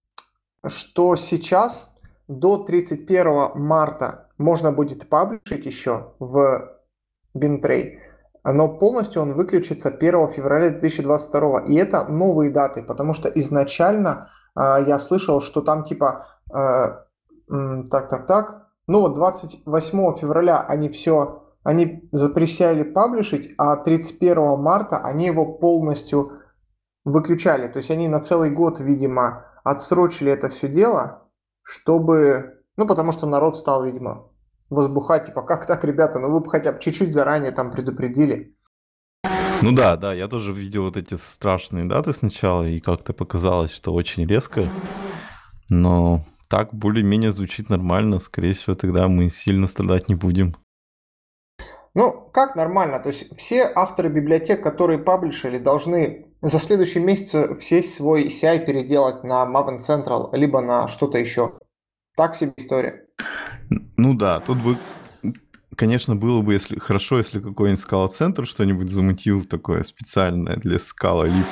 C: что сейчас до тридцать первого марта можно будет паблишить еще в бинтрей, но полностью он выключится первого февраля две тысячи двадцать второго. И это новые даты, потому что изначально э, я слышал, что там типа так-так-так, ну вот двадцать восьмого февраля они все, они запрещали паблишить, а тридцать первого марта они его полностью выключали. То есть они на целый год, видимо, отсрочили это все дело, чтобы, ну потому что народ стал, видимо, возбухать, типа, как так, ребята, ну вы бы хотя бы чуть-чуть заранее там предупредили.
A: Ну да, да, я тоже видел вот эти страшные даты сначала, и как-то показалось, что очень резко, но так более-менее звучит нормально, скорее всего, тогда мы сильно страдать не будем.
C: Ну, как нормально? То есть все авторы библиотек, которые паблишили, должны за следующий месяц все свой си ай переделать на Maven Central, либо на что-то еще. Так себе история.
A: Ну да, тут бы, конечно, было бы если хорошо, если какой-нибудь скала-центр что-нибудь замутил такое специальное для скала лип.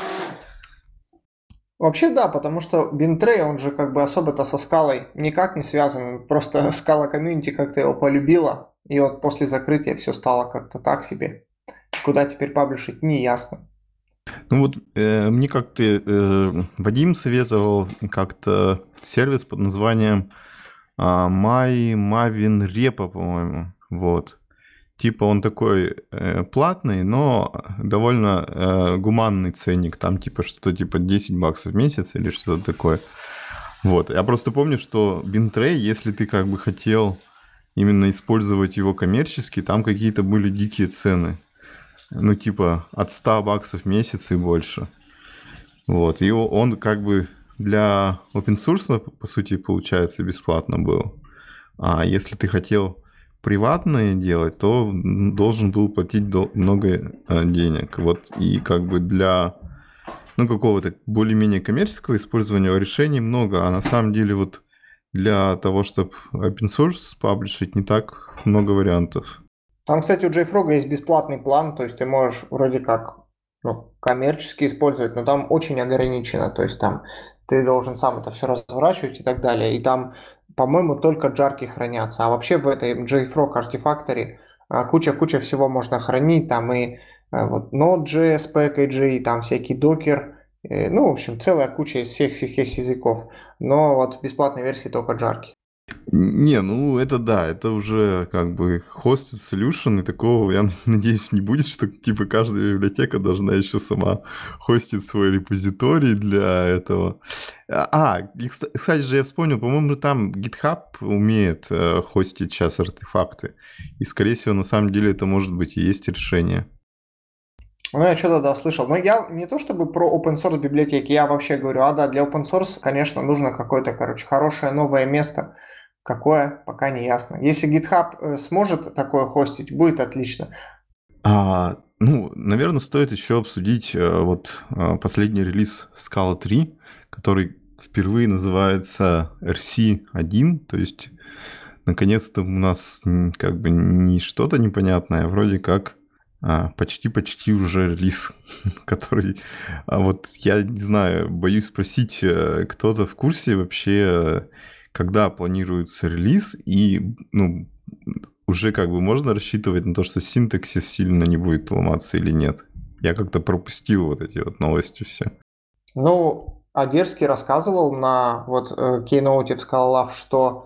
C: Вообще да, потому что бинтрей, он же как бы особо-то со скалой никак не связан. Просто скала комьюнити как-то его полюбила, и вот после закрытия все стало как-то так себе. Куда теперь паблишить, не ясно.
A: Ну вот э, мне как-то э, Вадим советовал как-то сервис под названием э, My Maven Repo, по-моему. Вот. Типа он такой э, платный, но довольно э, гуманный ценник. Там типа что-то типа десять баксов в месяц или что-то такое. Вот. Я просто помню, что бинтрей, если ты как бы хотел именно использовать его коммерчески, там какие-то были дикие цены. Ну, типа от ста баксов в месяц и больше. Вот. И он как бы для open source, по сути, получается, бесплатно был. А если ты хотел приватные делать, то должен был платить много денег. Вот. И как бы для ну, какого-то более-менее коммерческого использования решений много. А на самом деле вот для того, чтобы open source паблишить, не так много вариантов.
C: Там, кстати, у JFrog есть бесплатный план, то есть ты можешь вроде как ну, коммерчески использовать, но там очень ограничено, то есть там ты должен сам это все разворачивать и так далее. И там, по-моему, только джарки хранятся. А вообще в этой JFrog Artifactory куча-куча всего можно хранить, там и вот Node.js, Package, и там всякий докер, ну, в общем, целая куча из всех всех языков. Но вот в бесплатной версии только джарки.
A: Не, ну это да, это уже как бы hosted solution, и такого, я надеюсь, не будет, что типа каждая библиотека должна еще сама хостить свой репозиторий для этого. А, и, кста- кстати же, я вспомнил, по-моему, там GitHub умеет э, хостить сейчас артефакты. И, скорее всего, на самом деле это может быть и есть решение.
C: Ну, я что-то да слышал. Но я не то чтобы про open source библиотеки, я вообще говорю, а да, для open source, конечно, нужно какое-то, короче, хорошее новое место. Какое, пока не ясно. Если GitHub э, сможет такое хостить, будет отлично.
A: А, ну, наверное, стоит еще обсудить э, вот э, последний релиз Scala три, который впервые называется эр си один, то есть наконец-то у нас м, как бы не что-то непонятное, а вроде как а, почти-почти уже релиз, который... а вот я не знаю, боюсь спросить, э, кто-то в курсе вообще, э, когда планируется релиз, и ну, уже как бы можно рассчитывать на то, что синтаксис сильно не будет ломаться или нет? Я как-то пропустил вот эти вот новости все.
C: Ну, Одерский рассказывал на вот э, Keynote в Scala Lab, что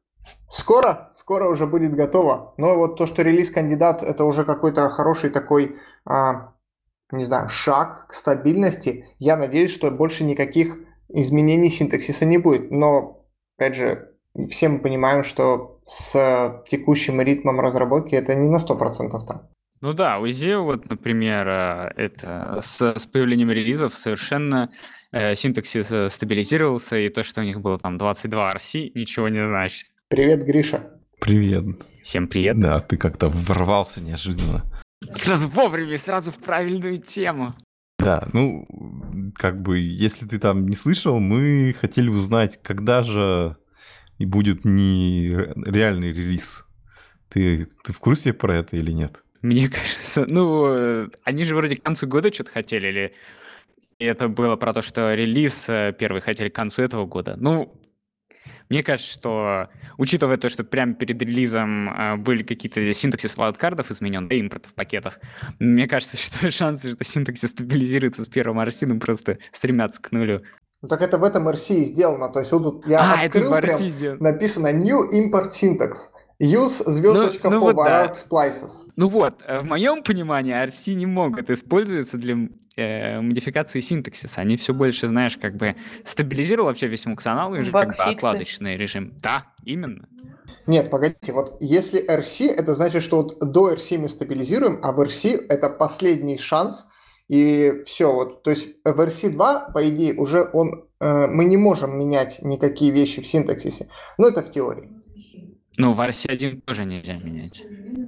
C: скоро, скоро уже будет готово. Но вот то, что релиз-кандидат, это уже какой-то хороший такой, а, не знаю, шаг к стабильности. Я надеюсь, что больше никаких изменений синтаксиса не будет. Но, опять же, все мы понимаем, что с текущим ритмом разработки это не на сто процентов так.
D: Ну да, у Изео, вот, например, э, это с, с появлением релизов совершенно э, синтаксис э, стабилизировался, и то, что у них было там двадцать два ар си, ничего не значит.
C: Привет, Гриша.
A: Привет.
D: Всем привет.
A: Да, ты как-то ворвался неожиданно.
D: Сразу вовремя, сразу в правильную тему.
A: Да, ну, как бы, если ты там не слышал, мы хотели узнать, когда же и будет не ре- реальный релиз. Ты, ты в курсе про это или нет?
D: Мне кажется, ну, э, они же вроде к концу года что-то хотели, или и это было про то, что релиз э, первый хотели к концу этого года. Ну, мне кажется, что, учитывая то, что прямо перед релизом э, были какие-то синтаксис вайлдкардов изменен, да, импортов пакетов, мне кажется, что шансы, что синтаксис стабилизируется с первым ар си, ну, просто стремятся к нулю.
C: Ну так это в этом эр си и сделано. То есть вот тут я
D: А, это
C: открыл,
D: в ар
C: прям
D: си сделано.
C: написано New Import Syntax. Use звездочка
D: ну
C: for
D: вот да.
C: Varark Splices.
D: Ну вот, э, в моем понимании ар си не могут использоваться для э, модификации синтаксиса. Они все больше, знаешь, как бы стабилизировал вообще весь функционал и же как бы
B: Багфиксы.
D: отладочный режим. Да, именно.
C: Нет, погодите, вот если эр си, это значит, что вот до эр си мы стабилизируем, а в эр си это последний шанс, и все. Вот, то есть в эр си два, по идее, уже он, э, мы не можем менять никакие вещи в синтаксисе. Но это в теории.
D: Ну, в ар си один тоже нельзя менять.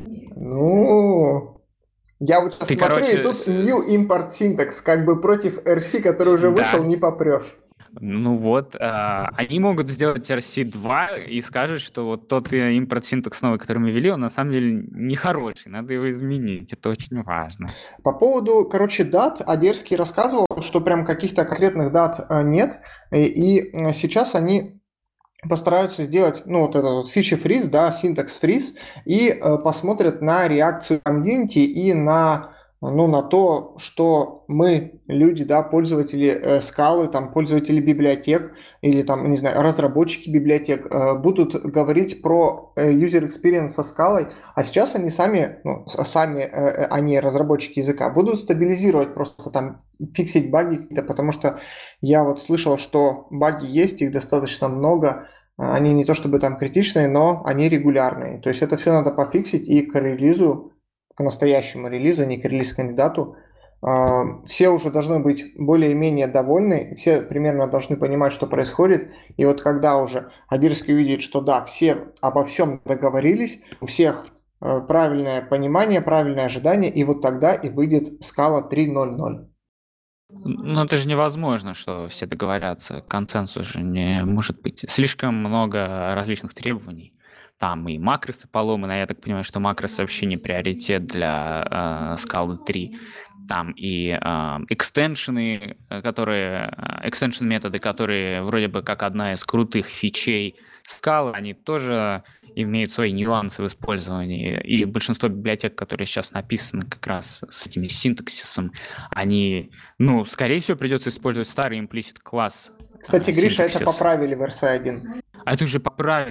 C: Ну, я вот сейчас
D: Ты,
C: смотрю,
D: короче,
C: и тут
D: с-
C: New Import Syntax, как бы против эр си, который уже
D: Да.
C: вышел, не попрешь.
D: Ну вот, а, они могут сделать ар си два и скажут, что вот тот э, импорт синтакс новый, который мы ввели, он на самом деле нехороший, надо его изменить, это очень важно.
C: По поводу, короче, дат, Одерский рассказывал, что прям каких-то конкретных дат э, нет, и, и, э, сейчас они постараются сделать, ну, вот этот вот фичи фриз, да, синтакс фриз, и э, посмотрят на реакцию комьюнити и на, ну, на то, что мы, люди, да, пользователи э, скалы, там, пользователи библиотек или там, не знаю, разработчики библиотек э, будут говорить про э, user experience со скалой, а сейчас они сами, ну, с- сами, э, они разработчики языка, будут стабилизировать просто там, фиксить баги какие-то, потому что я вот слышал, что баги есть, их достаточно много, а, они не то чтобы там критичные, но они регулярные. То есть это все надо пофиксить и к релизу, к настоящему релизу, не к релиз-кандидату. а, Все уже должны быть более-менее довольны, все примерно должны понимать, что происходит. И вот когда уже Одерский увидит, что да, все обо всем договорились, у всех э, правильное понимание, правильное ожидание, и вот тогда и выйдет Scala три ноль ноль.
D: Ну, это же невозможно, что все договорятся. Консенсус же не может быть. Слишком много различных требований. Там и макросы поломаны, а я так понимаю, что макросы вообще не приоритет для э, Scala три. Там и э, экстеншены, э, которые, э, экстеншн методы, которые вроде бы как одна из крутых фичей Scala, они тоже имеют свои нюансы в использовании. И большинство библиотек, которые сейчас написаны как раз с этими синтаксисом, они, ну, скорее всего, придется использовать старый implicit класс.
C: Кстати,
D: а,
C: Гриша, это
D: синтаксис.
C: поправили в эр си один.
D: А это уже поправили.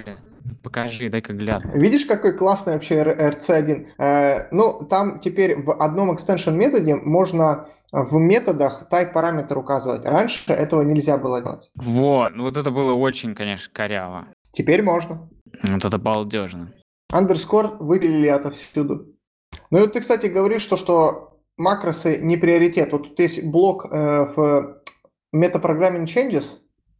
D: Покажи, дай-ка гляну.
C: Видишь, какой классный вообще эр си один? Э, ну, там теперь в одном extension методе можно в методах type параметр указывать. Раньше этого нельзя было делать.
D: Вот, ну вот это было очень, конечно, коряво.
C: Теперь можно.
D: Вот это балдежно.
C: Underscore вылили отовсюду. Ну и вот ты, кстати, говоришь, что, что макросы не приоритет. Вот тут есть блок э, в Metaprogramming Changes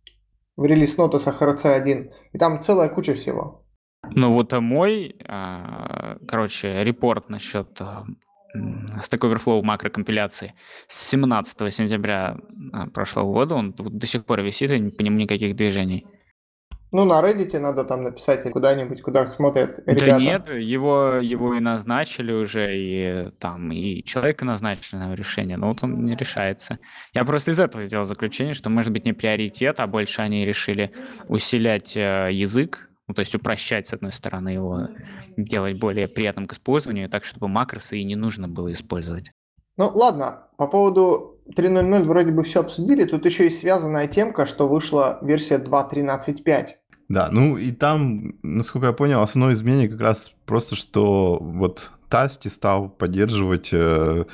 C: в релиз нотесах эр си один, и там целая куча всего.
D: Ну вот а мой, а, короче, репорт насчет а, м, Stack Overflow макрокомпиляции с семнадцатого сентября а, прошлого года, он тут до сих пор висит, и по нему никаких движений.
C: Ну, на Reddit надо там написать или куда-нибудь, куда смотрят ребята.
D: Да нет, его, его и назначили уже, и там, и человека назначили на решение, но вот он не решается. Я просто из этого сделал заключение, что может быть не приоритет, а больше они решили усилять э, язык, ну, то есть упрощать, с одной стороны, его, делать более приятным к использованию, так, чтобы макросы и не нужно было использовать.
C: Ну, ладно, по поводу три ноль ноль вроде бы все обсудили. Тут еще есть связанная темка, что вышла версия два точка тринадцать пять.
A: Да, ну и там, насколько я понял, основное изменение как раз просто, что вот Tasty стал поддерживать э,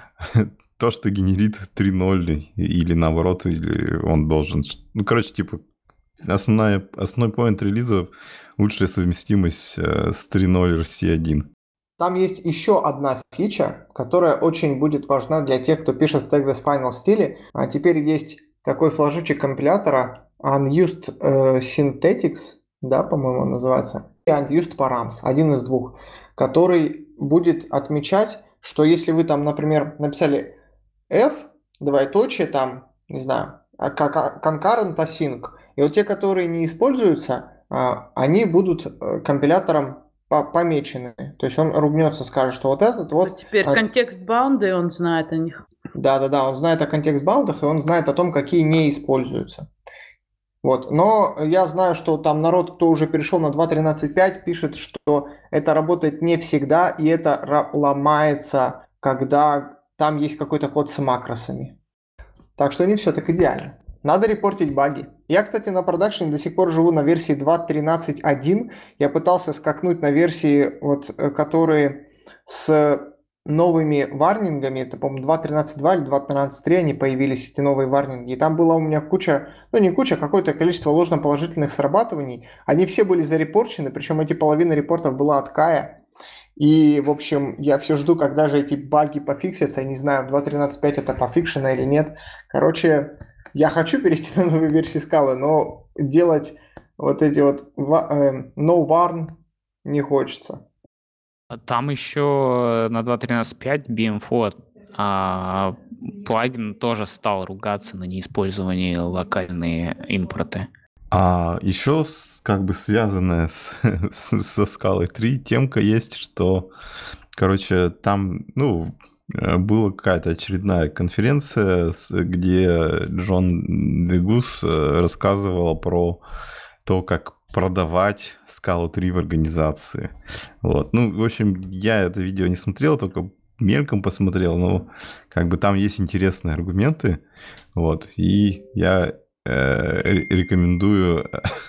A: то, что генерит три ноль, или наоборот, или он должен... Ну, короче, типа, основная, основной поинт релиза — лучшая совместимость э, с три ноль эр си один.
C: Там есть еще одна фича, которая очень будет важна для тех, кто пишет в Tagless Final стиле. А теперь есть такой флажочек компилятора Unused э, Synthetics, да, по-моему, он называется, и Unused Params, один из двух, который будет отмечать, что если вы там, например, написали F, двоеточие там, не знаю, как concurrent async, и вот те, которые не используются, они будут компилятором помечены. То есть он ругнется, скажет, что вот этот вот...
B: А теперь контекст-баунды, он знает о них.
C: Да-да-да, он знает о контекст-баундах, и он знает о том, какие не используются. Вот. Но я знаю, что там народ, кто уже перешел на два точка тринадцать пять, пишет, что это работает не всегда, и это ломается, когда там есть какой-то код с макросами. Так что не все так идеально. Надо репортить баги. Я, кстати, на продакшене до сих пор живу на версии два точка тринадцать один. Я пытался скакнуть на версии, вот, которые с новыми варнингами. Это, по-моему, два точка тринадцать два или два точка тринадцать три они появились, эти новые варнинги. И там была у меня куча, ну не куча, какое-то количество ложноположительных срабатываний. Они все были зарепорчены, причем эти половина репортов была от Кая. И, в общем, я все жду, когда же эти баги пофиксятся. Я не знаю, два точка тринадцать пять это пофикшено или нет. Короче, я хочу перейти на новые версии скалы, но делать вот эти вот э, no warn не хочется.
D: Там еще на два точка тринадцать пять би эм эф а, плагин тоже стал ругаться на неиспользовании локальные импорты.
A: А еще как бы связанная с, с, со скалой три темка есть, что, короче, там, ну, была какая-то очередная конференция, где Джон Дегус рассказывал про то, как продавать скалу три в организации. Вот. Ну, в общем, я это видео не смотрел, только мельком посмотрел, но как бы там есть интересные аргументы. Вот. И я э, рекомендую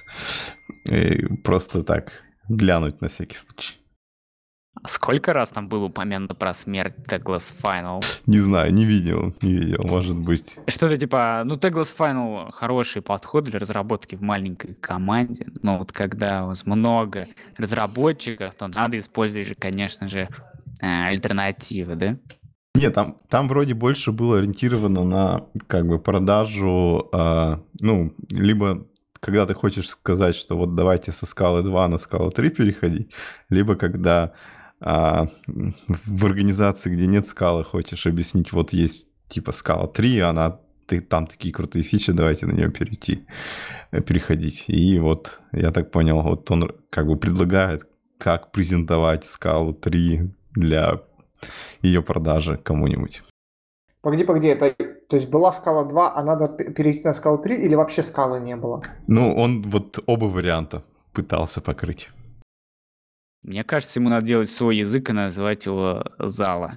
A: просто так глянуть на всякий случай.
D: Сколько раз там было упомянуто про смерть Tagless Final?
A: Не знаю, не видел, не видел, может быть.
D: Что-то типа, ну, Tagless Final хороший подход для разработки в маленькой команде, но вот когда у вас много разработчиков, то надо использовать же, конечно же, альтернативы, да?
A: Нет, там, там вроде больше было ориентировано на как бы продажу, э, ну, либо когда ты хочешь сказать, что вот давайте со скалы два на скалу три переходить, либо когда а, в организации, где нет скалы, хочешь объяснить, вот есть типа скала три, она, ты, там такие крутые фичи, давайте на нее перейти, переходить. И вот, я так понял, вот он как бы предлагает, как презентовать скалу три для ее продажи кому-нибудь.
C: Погоди, погоди, это, то есть была скала два, а надо перейти на скалу три, или вообще скалы не было?
A: Ну, он вот оба варианта пытался покрыть.
D: Мне кажется, ему надо делать свой язык и называть его Зала.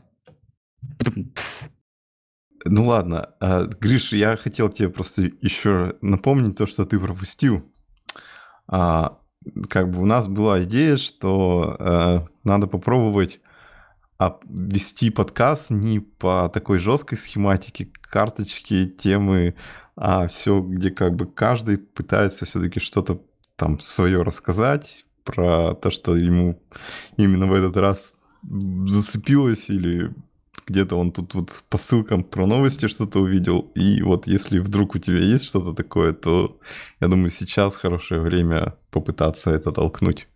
A: Ну ладно, а, Гриш, я хотел тебе просто еще напомнить то, что ты пропустил. А, как бы у нас была идея, что э, надо попробовать об- вести подкаст не по такой жесткой схематике, карточки, темы, а все, где как бы каждый пытается все-таки что-то там свое рассказать про то, что ему именно в этот раз зацепилось, или где-то он тут вот по ссылкам про новости что-то увидел. И вот если вдруг у тебя есть что-то такое, то я думаю, сейчас хорошее время попытаться это толкнуть.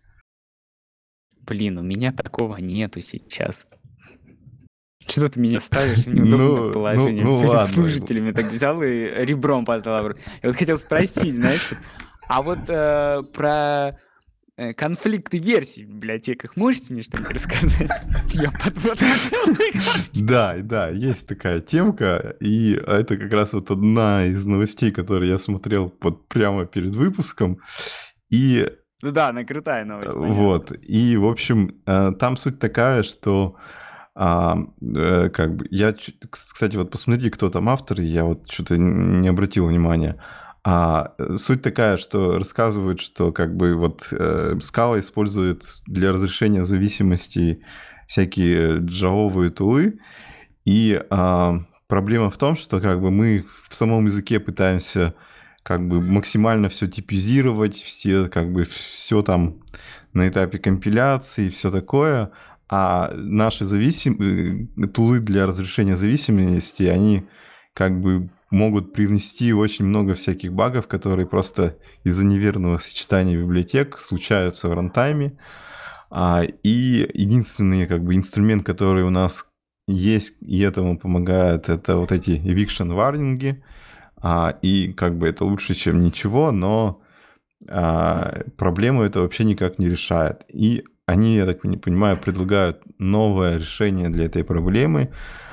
D: Блин, у меня такого нету сейчас. Что ты меня ставишь в
A: Ну,
D: неудобное
A: ну,
D: положение
A: ну
D: перед
A: ладно.
D: слушателями? Так взял и ребром поставил. Я вот хотел спросить, знаешь, а вот э, про э, конфликты версий в библиотеках можете мне что-нибудь рассказать? Я подводил.
A: Да, да, есть такая темка, и это как раз вот одна из новостей, которые я смотрел вот прямо перед выпуском. И
D: Ну да, она крутая новость, понятно.
A: вот, и, в общем, э, там суть такая, что а, э, как бы я, ч- кс- кстати, вот посмотри, кто там автор, я вот что-то не обратил внимания. А э, суть такая, что рассказывают, что как бы вот э, Scala использует для разрешения зависимостей всякие джавовые тулы, и а, проблема в том, что как бы мы в самом языке пытаемся как бы максимально все типизировать, все как бы все там на этапе компиляции, все такое, а наши зависим... э, тулы для разрешения зависимости, они как бы могут привнести очень много всяких багов, которые просто из-за неверного сочетания библиотек случаются в рантайме. А, и единственный как бы инструмент, который у нас есть, и этому помогает, это вот эти eviction варнинги. А, и как бы это лучше, чем ничего, но а, проблему это вообще никак не решает. И они, я так не понимаю, предлагают новое решение для этой проблемы,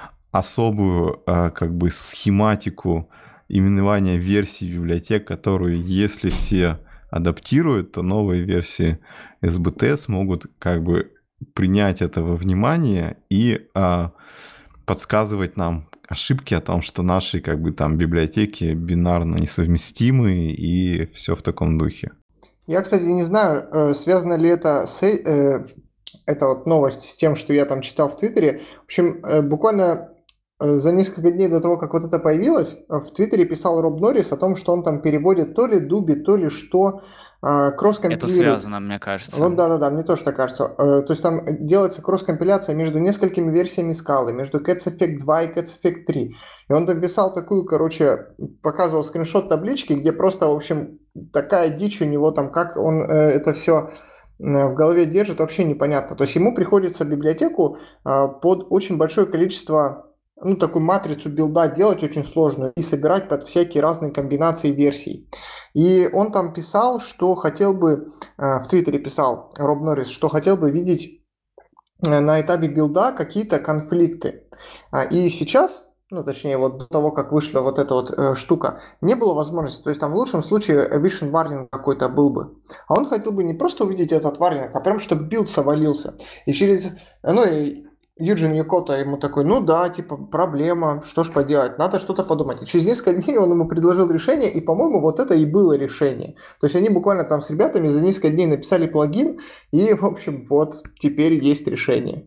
A: особую а, как бы схематику именования версий библиотек, которую, если все адаптируют, то новые версии эс би ти смогут как бы принять это во внимание и а, подсказывать нам ошибки о том, что наши как бы там библиотеки бинарно несовместимы и все в таком духе.
C: Я, кстати, не знаю, э, связано ли это с э, э, эта вот новость с тем, что я там читал в Твиттере. В общем, э, буквально э, за несколько дней до того, как вот это появилось, э, в Твиттере писал Роб Норрис о том, что он там переводит то ли Дуби, то ли что, э, кросс-компилирует.
D: Это связано, мне кажется.
C: Вот да-да-да, мне тоже так кажется. Э, То есть там делается кросс-компиляция между несколькими версиями скалы, между Cats Effect два и Cats Effect три. И он там писал такую, короче, показывал скриншот таблички, где просто, в общем, такая дичь у него там, как он э, это все в голове держит, вообще непонятно. То есть ему приходится библиотеку э, под очень большое количество, ну, такую матрицу билда делать очень сложную и собирать под всякие разные комбинации версий. И он там писал, что хотел бы, э, в Твиттере писал Роб Норрис, что хотел бы видеть э, на этапе билда какие-то конфликты. А, И сейчас, ну точнее вот до того, как вышла вот эта вот э, штука, не было возможности, то есть там в лучшем случае eviction warning какой-то был бы. А он хотел бы не просто увидеть этот warning, а прям чтобы билд совалился. И через, ну и Юджин Юкота ему такой, ну да, типа проблема, что ж поделать, надо что-то подумать. И через несколько дней он ему предложил решение, и, по-моему, вот это и было решение. То есть они буквально там с ребятами за несколько дней написали плагин, и, в общем, вот теперь есть решение.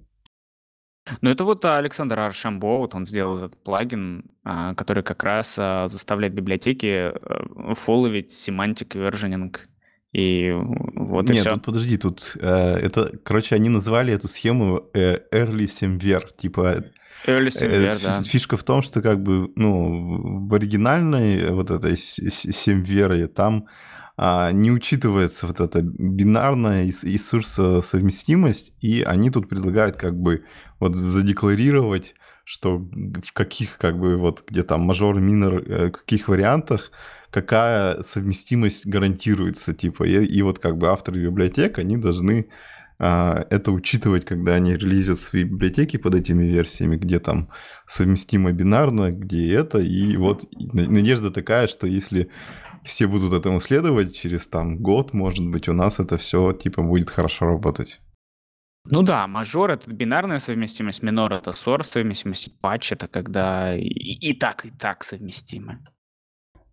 D: Ну, это вот Александр Аршамбо, вот он сделал этот плагин, а, который как раз а, заставляет библиотеки э, фолловить semantic versioning. И вот и
A: Нет,
D: все.
A: тут подожди, тут э, это, короче, они назвали эту схему э, early semver, типа
D: Early
A: э,
D: Semver,
A: фи-
D: да.
A: фишка в том, что как бы, ну, в оригинальной вот этой семвере там а, не учитывается вот эта бинарная и, с- и совместимость, и они тут предлагают как бы вот задекларировать, что в каких как бы вот где там мажор, минор, э, каких вариантах какая совместимость гарантируется, типа, и, и вот как бы авторы библиотек, они должны а, это учитывать, когда они релизят свои библиотеки под этими версиями, где там совместимо бинарно, где это, и вот и на- надежда такая, что если все будут этому следовать, через там год, может быть, у нас это все типа будет хорошо работать.
D: Ну да, мажор — это бинарная совместимость, минор — это source совместимость, патч — это когда и, и так, и так совместимы.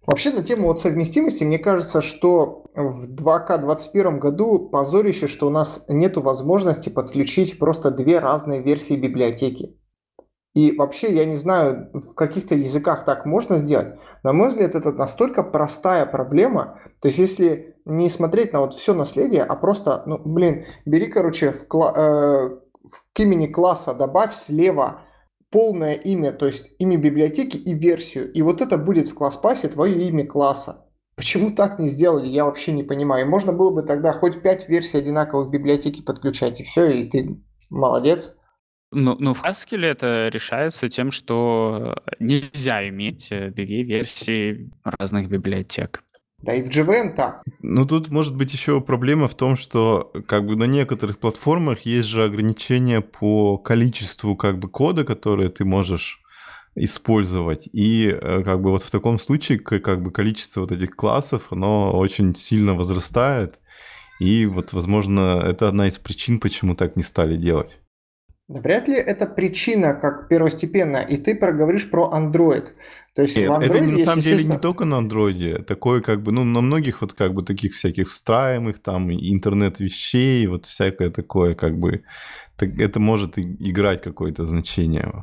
C: Вообще, на тему вот совместимости, мне кажется, что в два ка двадцать первом году позорище, что у нас нету возможности подключить просто две разные версии библиотеки. И вообще, я не знаю, в каких-то языках так можно сделать. На мой взгляд, это настолько простая проблема. То есть, если не смотреть на вот все наследие, а просто, ну, блин, бери, короче, в кла- э, к имени класса добавь слева полное имя, то есть имя библиотеки и версию. И вот это будет в класс-пассе твое имя класса. Почему так не сделали, я вообще не понимаю. И можно было бы тогда хоть пять версий одинаковых библиотеки подключать, и все, и ты молодец.
D: Ну, ну, в Haskell это решается тем, что нельзя иметь э, две версии разных библиотек.
C: Да и в джи ви эм так.
A: Ну, тут может быть еще проблема в том, что как бы на некоторых платформах есть же ограничения по количеству как бы кода, которое ты можешь использовать. И э, как бы вот в таком случае к- как бы количество вот этих классов, оно очень сильно возрастает. И вот, возможно, это одна из причин, почему так не стали делать.
C: Да вряд ли это причина как первостепенная. И ты проговоришь про Android. То есть в
A: Нет, это
C: Android
A: на
C: есть,
A: самом деле не
C: естественно...
A: только на андроиде, такое как бы, ну, на многих вот как бы таких всяких встраиваемых, там, и интернет вещей, вот всякое такое, как бы, так это может и- играть какое-то значение.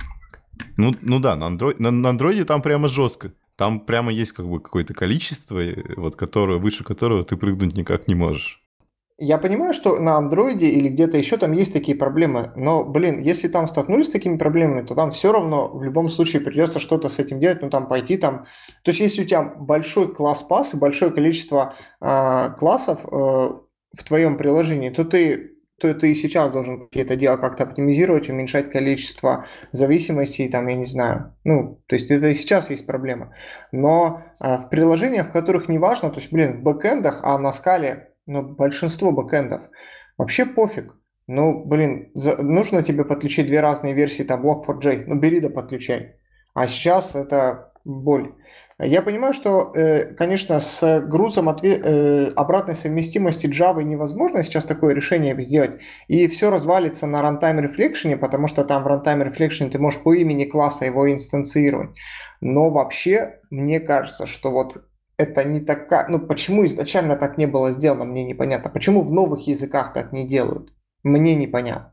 A: Ну, ну да, на андроиде, на, на андроиде там прямо жестко. Там прямо есть как бы какое-то количество, э, вот, которое, выше которого ты прыгнуть никак не можешь.
C: Я понимаю, что на андроиде или где-то еще там есть такие проблемы, но, блин, если там столкнулись с такими проблемами, то там все равно в любом случае придется что-то с этим делать, ну там пойти там... То есть если у тебя большой класс пас и большое количество а, классов э, в твоем приложении, то ты, то ты и сейчас должен это дело как-то оптимизировать, уменьшать количество зависимостей, там, я не знаю. Ну, то есть это и сейчас есть проблема. Но а, в приложениях, в которых не важно, то есть, блин, в бэкэндах, а на скале, но большинство бэкэндов вообще пофиг. Ну, блин, за- нужно тебе подключить две разные версии там блок фор джей. Ну, бери да подключай. А сейчас это боль. Я понимаю, что, э, конечно, с грузом отве- э, обратной совместимости Java невозможно сейчас такое решение сделать, и все развалится на runtime reflection, потому что там в runtime reflection ты можешь по имени класса его инстанцировать. Но вообще, мне кажется, что вот это не такая... Ну, почему изначально так не было сделано, мне непонятно. Почему в новых языках так не делают? Мне непонятно.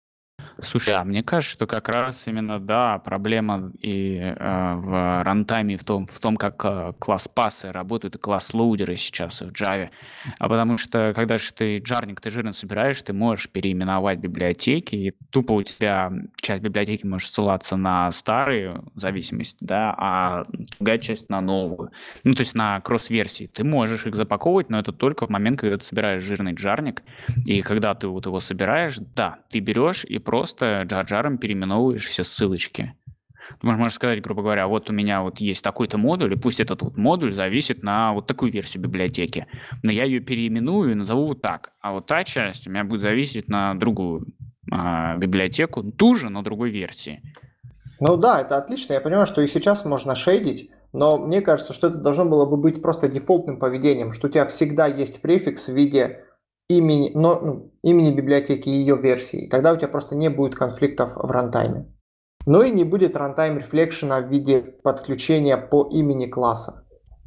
D: Слушай, а мне кажется, что как раз именно, да, проблема и э, в рантайме, в том, в том, как э, класс-пассы работают и класс-лоудеры сейчас в Java. А потому что, когда же ты джарник, ты жирно собираешь, ты можешь переименовать библиотеки, и тупо у тебя часть библиотеки может ссылаться на старые зависимости, да, а другая часть на новую. Ну, то есть на кросс-версии. Ты можешь их запаковывать, но это только в момент, когда ты собираешь жирный джарник, и когда ты вот его собираешь, да, ты берешь и просто джар-джаром переименовываешь все ссылочки. Ты можешь, можешь сказать, грубо говоря, вот у меня вот есть такой-то модуль, и пусть этот вот модуль зависит на вот такую версию библиотеки. Но я ее переименую и назову вот так. А вот та часть у меня будет зависеть на другую а, библиотеку, ту же, но другой версии.
C: Ну да, это отлично. Я понимаю, что и сейчас можно шейдить, но мне кажется, что это должно было бы быть просто дефолтным поведением, что у тебя всегда есть префикс в виде имени, но, ну, имени библиотеки и ее версии. Тогда у тебя просто не будет конфликтов в рантайме. Ну и не будет рантайм рефлекшена в виде подключения по имени класса.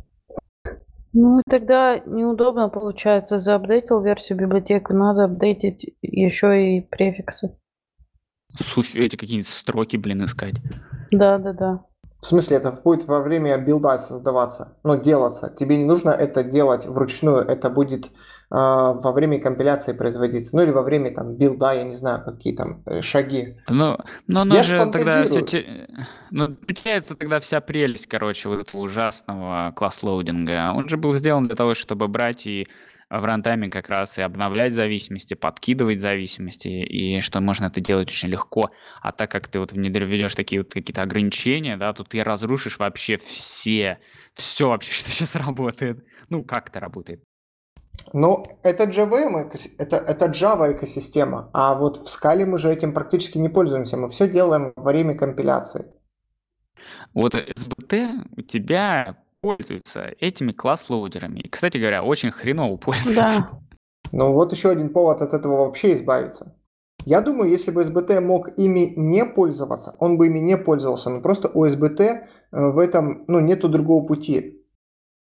B: Ну, и тогда неудобно получается. Заапдейтил версию библиотеки, надо апдейтить еще и префиксы.
D: Суф- эти какие-нибудь строки, блин, искать.
B: Да, да, да.
C: В смысле, это будет во время билда создаваться, ну, делаться. Тебе не нужно это делать вручную, это будет э, во время компиляции производиться. Ну, или во время там билда, я не знаю, какие там э, шаги.
D: Ну, но оно
C: Я ж
D: же тогда все
C: фантазирую.
D: те... Ну, теряется тогда вся прелесть, короче, вот этого ужасного класс-лоудинга. Он же был сделан для того, чтобы брать и в рантайме как раз и обновлять зависимости, подкидывать зависимости, и что можно это делать очень легко. А так как ты вот введешь такие вот какие-то ограничения, да, то ты разрушишь вообще все, все вообще, что сейчас работает. Ну, как это работает.
C: Ну, это джей ви эм, экос- это, это Java экосистема, а вот в скале мы же этим практически не пользуемся, мы все делаем во время компиляции.
D: Вот эс би ти у тебя пользуется этими класс-лоудерами. И, кстати говоря, очень хреново пользуется.
B: Да.
C: Ну вот еще один повод от этого вообще избавиться. Я думаю, если бы эс би ти мог ими не пользоваться, он бы ими не пользовался, но просто у эс би ти э, в этом, ну, нету другого пути.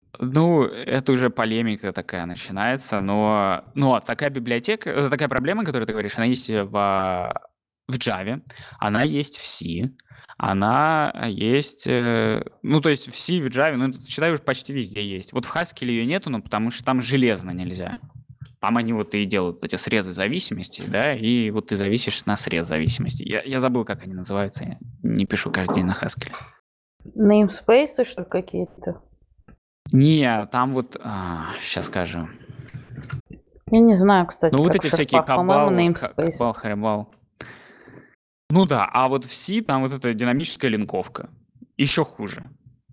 D: Ну, это уже полемика такая начинается, но, но такая библиотека, э, такая проблема, которую ты говоришь, она есть в, в Java, она есть в C, она есть, э, ну, то есть в C, в Java, ну, это, считай, уже почти везде есть. Вот в Haskell ее нету, ну, потому что там железно нельзя. Там они вот и делают эти срезы зависимости, да, и вот ты зависишь на срез зависимости. Я, я забыл, как они называются, я не пишу каждый день на Haskell.
B: Namespace, что ли, какие-то?
D: Не, там вот, а, сейчас скажу.
B: Я не знаю, кстати,
D: Ну, вот
B: как
D: эти
B: в
D: всякие
B: шерпах. По-моему,
D: кабал,
B: namespace.
D: кабал, харибал. Ну да, а вот в C там вот эта динамическая линковка. Еще хуже.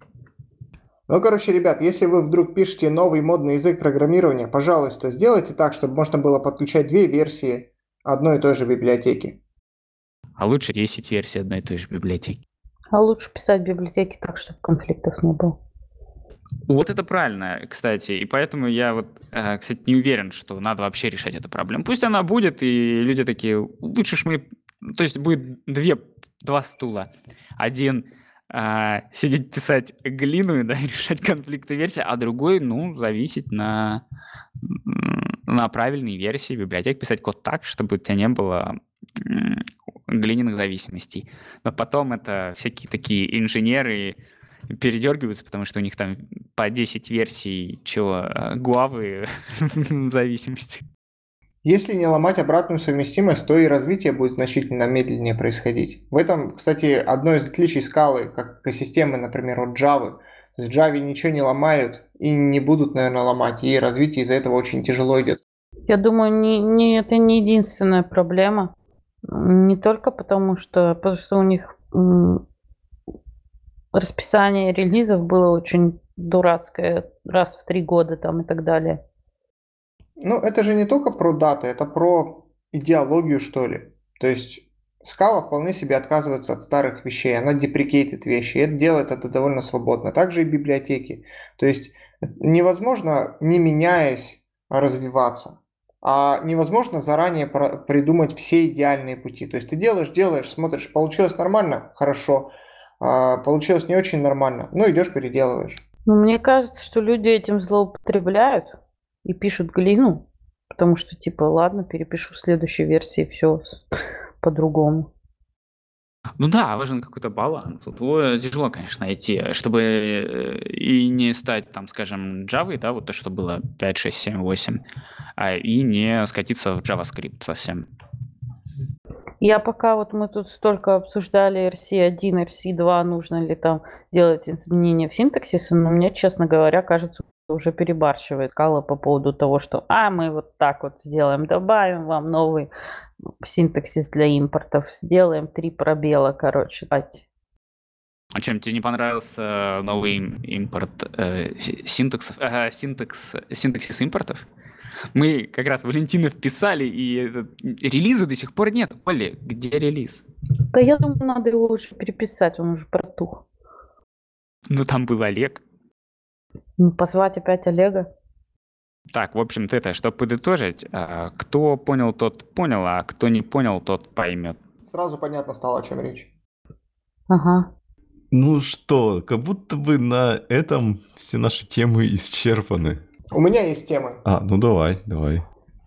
C: Ну, короче, ребят, если вы вдруг пишете новый модный язык программирования, пожалуйста, сделайте так, чтобы можно было подключать две версии одной и той же библиотеки.
D: А лучше десять версий одной и той же библиотеки.
B: А лучше писать библиотеки так, чтобы конфликтов не было.
D: Вот это правильно, кстати. И поэтому я вот, э, кстати, не уверен, что надо вообще решать эту проблему. Пусть она будет, и люди такие, лучше ж мы... То есть будет две, два стула. Один э, сидеть писать глину, да, и решать конфликты версий, а другой, ну, зависеть на, м, на правильной версии библиотек, писать код так, чтобы у тебя не было м, глиняных зависимостей. Но потом это всякие такие инженеры передергиваются, потому что у них там по десять версий чего, э, гуавы зависимости.
C: Если не ломать обратную совместимость, то и развитие будет значительно медленнее происходить. В этом, кстати, одно из отличий скалы, как экосистемы, например, от Java. То есть Java ничего не ломают и не будут, наверное, ломать, и развитие из-за этого очень тяжело идет.
B: Я думаю, не, не, это не единственная проблема. Не только потому, что, потому что у них м, расписание релизов было очень дурацкое, раз в три года там и так далее.
C: Ну, это же не только про даты, это про идеологию, что ли. То есть скала вполне себе отказывается от старых вещей, она деприкейтит вещи, и это делает это довольно свободно. Также и библиотеки. То есть невозможно, не меняясь, развиваться. А невозможно заранее про- придумать все идеальные пути. То есть ты делаешь, делаешь, смотришь, получилось нормально, хорошо, а, получилось не очень нормально, ну идешь переделываешь.
B: Но мне кажется, что люди этим злоупотребляют и пишут глину, потому что, типа, ладно, перепишу в следующей версии все по-другому.
D: Ну да, важен какой-то баланс. Вот его тяжело, конечно, найти, чтобы э, и не стать, там, скажем, Java, да, вот то, что было пять, шесть, семь, восемь, а и не скатиться в JavaScript совсем.
B: Я пока вот мы тут столько обсуждали эр си один, эр си два, нужно ли там делать изменения в синтаксисе, но мне, честно говоря, кажется, уже перебарщивает Скала по поводу того, что а, мы вот так вот сделаем, добавим вам новый синтаксис для импортов, сделаем три пробела, короче, дать.
D: А чем тебе не понравился новый им- импорт э, си- синтаксов, э, синтакс, синтаксис импортов? Мы как раз Валентина вписали, и этот, релиза до сих пор нет. Оля, где релиз?
B: Да я думаю, надо его лучше переписать, он уже протух.
D: Ну, там был Олег.
B: Ну, позвать опять Олега.
D: Так, в общем-то, это, чтобы подытожить, а, кто понял, тот понял, а кто не понял, тот поймет.
C: Сразу понятно стало, о чем речь.
B: Ага.
A: Ну что, как будто бы на этом все наши темы исчерпаны.
C: У меня есть темы.
A: А, ну давай, давай.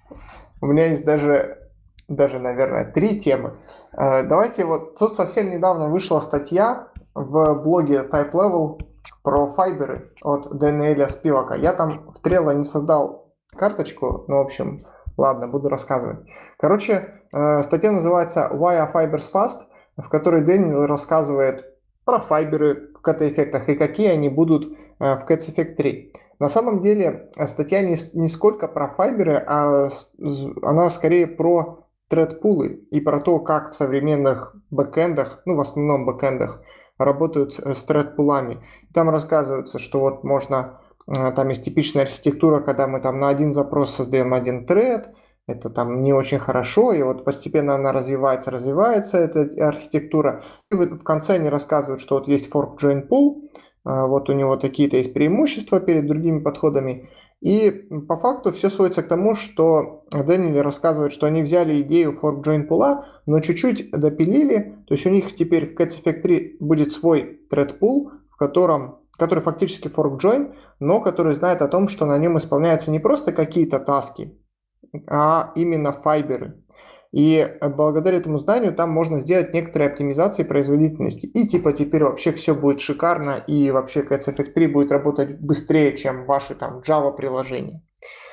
C: У меня есть даже, даже, наверное, три темы. Э, Давайте вот, тут совсем недавно вышла статья в блоге Type Level про файберы от Даниэля Спивака. Я там в Trello не создал карточку, но, в общем, ладно, буду рассказывать. Короче, э, статья называется Why are fibers fast, в которой Дэниел рассказывает про файберы в кэт-эффектах и какие они будут э, в Cats Effect три. На самом деле статья не, не сколько про файберы, а с- з- она скорее про thread-пулы и про то, как в современных бэкэндах, ну в основном бэкэндах, работают с с thread-пулами. Там рассказывается, что вот можно, э, там есть типичная архитектура, когда мы там на один запрос создаем один thread, это там не очень хорошо, и вот постепенно она развивается, развивается, эта архитектура. И вот в конце они рассказывают, что вот есть fork join pool, а, вот у него такие-то есть преимущества перед другими подходами. И по факту все сводится к тому, что Дэниел рассказывает, что они взяли идею fork join pool, но чуть-чуть допилили. То есть у них теперь в Cats Effect три будет свой thread pool, в котором который фактически fork-join, но который знает о том, что на нем исполняются не просто какие-то таски, а именно файберы. И благодаря этому знанию там можно сделать некоторые оптимизации производительности. И типа теперь вообще все будет шикарно, и вообще си эс эф три будет работать быстрее, чем ваши там Java приложения.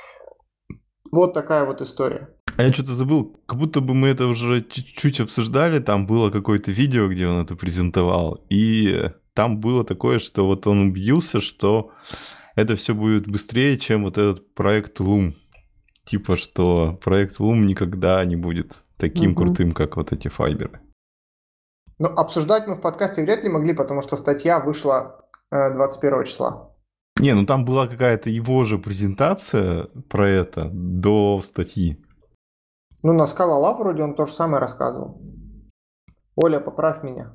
C: Вот такая вот история.
A: А я что-то забыл, как будто бы мы это уже чуть-чуть обсуждали, там было какое-то видео, где он это презентовал, и там было такое, что вот он убедился, что это все будет быстрее, чем вот этот проект Loom. Типа, что проект Loom никогда не будет таким
B: Мгм.
A: крутым, как вот эти файберы.
C: Но обсуждать мы в подкасте вряд ли могли, потому что статья вышла э, двадцать первого числа.
A: Не, ну там была какая-то его же презентация про это до статьи.
C: Ну, на Scala Lab вроде он то же самое рассказывал. Оля, поправь меня.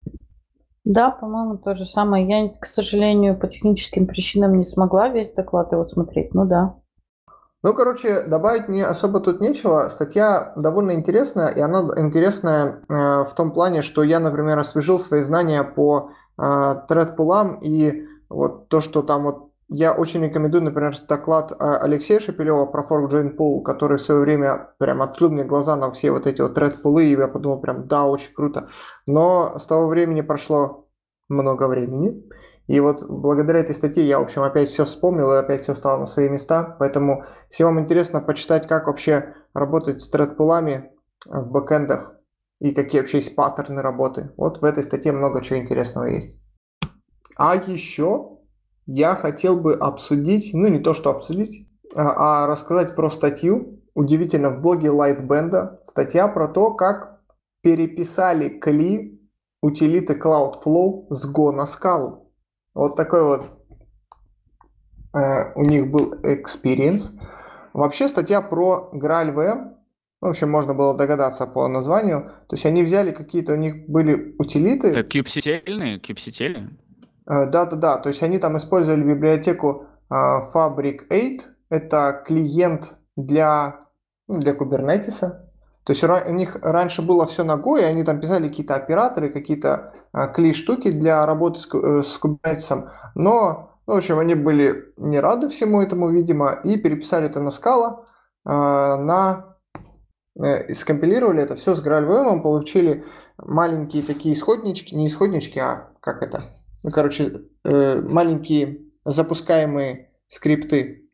B: Да, по-моему, то же самое. Я, к сожалению, по техническим причинам не смогла весь доклад его смотреть. Ну да.
C: Ну, короче, добавить мне особо тут нечего. Статья довольно интересная, и она интересная э, в том плане, что я, например, освежил свои знания по э, thread-пулам, и вот то, что там вот я очень рекомендую, например, доклад э, Алексея Шепелева про fork-join pool, который в свое время прям открыл мне глаза на все вот эти вот thread-пулы, и я подумал прям, да, очень круто. Но с того времени прошло много времени. И вот благодаря этой статье я, в общем, опять все вспомнил и опять все стало на свои места. Поэтому, если вам интересно почитать, как вообще работать с thread-пулами в бэкэндах и какие вообще есть паттерны работы, вот в этой статье много чего интересного есть. А еще я хотел бы обсудить, ну не то что обсудить, а, а рассказать про статью, удивительно, в блоге Lightband, статья про то, как переписали кли утилиты Cloudflow с Go на Scala. Вот такой вот э, у них был experience. Вообще статья про GraalVM, в общем, можно было догадаться по названию. То есть они взяли какие-то, у них были утилиты.
D: Это кубсетельные, кубсетели?
C: Э, Да-да-да, то есть они там использовали библиотеку э, Fabric восемь. Это клиент для, ну, для Kubernetes. То есть у них раньше было все на Go, и они там писали какие-то операторы, какие-то кли-штуки для работы с, с Kubernetes. Но, ну, в общем, они были не рады всему этому, видимо, и переписали это на Scala, на, э, скомпилировали это все с GraalVM, получили маленькие такие исходнички, не исходнички, а как это? Ну, короче, э, маленькие запускаемые скрипты.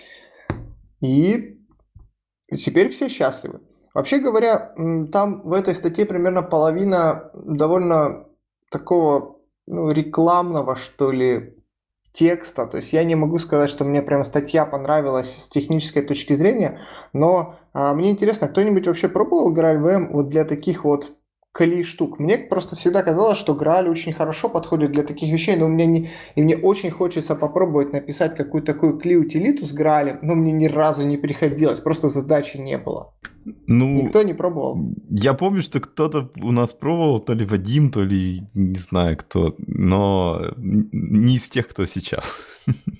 C: И теперь все счастливы. Вообще говоря, там в этой статье примерно половина довольно такого, ну, рекламного, что ли, текста. То есть я не могу сказать, что мне прям статья понравилась с технической точки зрения, но а, мне интересно, кто-нибудь вообще пробовал GraalVM вот для таких вот кли штук? Мне просто всегда казалось, что Graal очень хорошо подходит для таких вещей, но у меня не... и мне очень хочется попробовать написать какую-то такую кли-утилиту с Graal, но мне ни разу не приходилось, просто задачи не было.
A: Ну,
C: Никто не пробовал.
A: Я помню, что кто-то у нас пробовал, то ли Вадим, то ли не знаю кто, но не из тех, кто сейчас.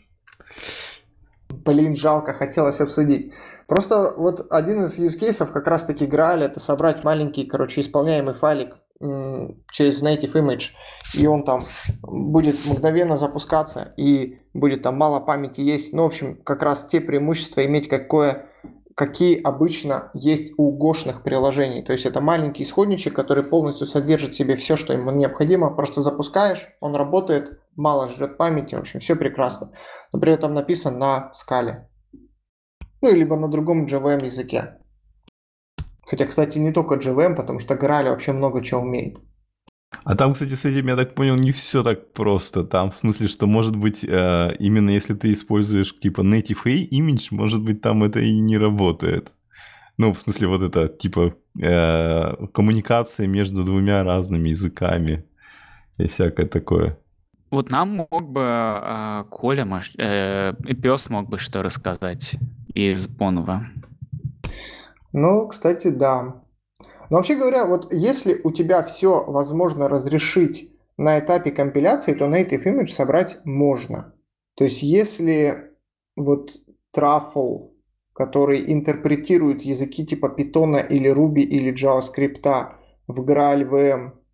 C: Блин, жалко, хотелось обсудить. Просто вот один из use cases как раз-таки Graal — это собрать маленький, короче, исполняемый файлик м, через native image, и он там будет мгновенно запускаться, и будет там мало памяти есть. Ну, в общем, как раз те преимущества иметь, какое, какие обычно есть у гошных приложений. То есть это маленький исходничек, который полностью содержит в себе все, что ему необходимо. Просто запускаешь, он работает, мало жрет памяти, в общем, все прекрасно. Но при этом написан на скале. Ну, либо на другом джей ви эм языке. Хотя, кстати, не только джей ви эм, потому что Graal вообще много чего умеет.
A: А там, кстати, с этим, я так понял, не все так просто. Там в смысле, что может быть, э, именно если ты используешь типа native image, может быть, там это и не работает. Ну, в смысле, вот это, типа, э, коммуникация между двумя разными языками и всякое такое.
D: Вот нам мог бы э, Коля, может, э, Пес мог бы что рассказать из Бонова.
C: Ну, кстати, да. Но вообще говоря, вот если у тебя все возможно разрешить на этапе компиляции, то native image собрать можно. То есть если вот Truffle, который интерпретирует языки типа Python или Ruby или JavaScript в GraalVM,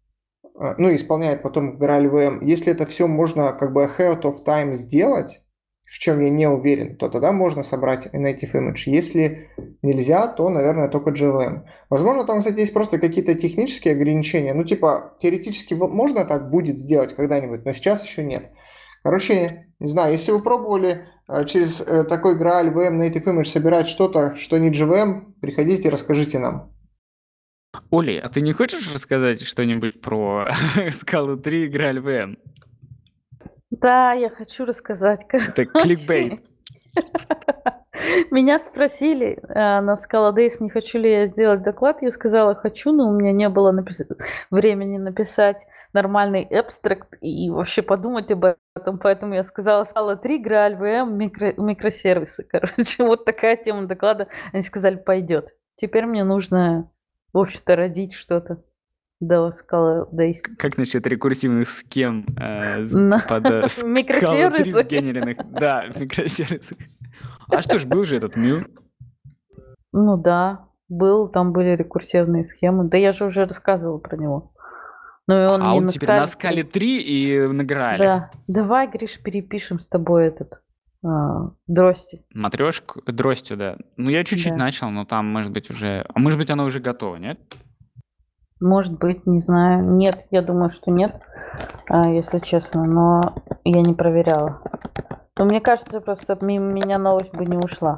C: э, ну, исполняет потом в GraalVM, если это все можно как бы ahead of time сделать, в чем я не уверен, то тогда можно собрать native image. Если нельзя, то, наверное, только джей ви эм. Возможно, там, кстати, есть просто какие-то технические ограничения. Ну, типа, теоретически во- можно так будет сделать когда-нибудь, но сейчас еще нет. Короче, не знаю, если вы пробовали э, через э, такой GraalVM Native Image собирать что-то, что не джей ви эм, приходите, расскажите нам.
D: Оли, а ты не хочешь рассказать что-нибудь про Скалу три и GraalVM?
B: Да, я хочу рассказать,
D: Это
B: короче.
D: кликбейт.
B: Меня спросили э, на Scala Days, не хочу ли я сделать доклад. Я сказала, хочу, но у меня не было напис- времени написать нормальный абстракт и вообще подумать об этом. Поэтому я сказала Scala три, GraalVM, микро- микросервисы. Короче, вот такая тема доклада. Они сказали, пойдет. Теперь мне нужно, в общем-то, родить что-то до Scala Days.
D: Как насчет рекурсивных схем э, с-
B: На
D: под э, Scala три
B: микросервисы.
D: сгенеренных? Да, микросервисы. А что ж, был же этот Мю.
B: Ну да, был, там были рекурсивные схемы. Да я же уже рассказывала про него. Ну и он
D: А
B: не
D: он
B: на
D: теперь на
B: скале.
D: Скале три и на Граале.
B: Да. Давай, Гриш, перепишем с тобой этот а, Дрости.
D: Матрешку, Дростью, да. Ну, я чуть-чуть
B: Да.
D: начал, но там, может быть, уже... А может быть, оно уже готово, нет?
B: Может быть, не знаю. Нет, я думаю, что нет, а, если честно, но я не проверяла. Но мне кажется, просто мимо меня новость бы не ушла.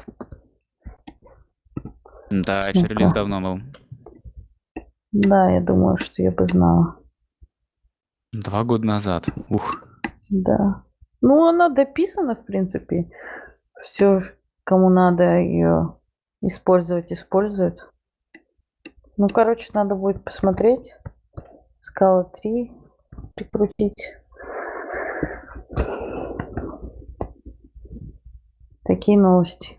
D: Да, еще
B: Ну-ка.
D: релиз давно был.
B: Да, я думаю, что я бы знала.
D: Два года назад. Ух.
B: Да. Ну, она дописана, в принципе. Все, кому надо ее использовать, используют. Ну, короче, надо будет посмотреть. Скала три прикрутить. Такие новости.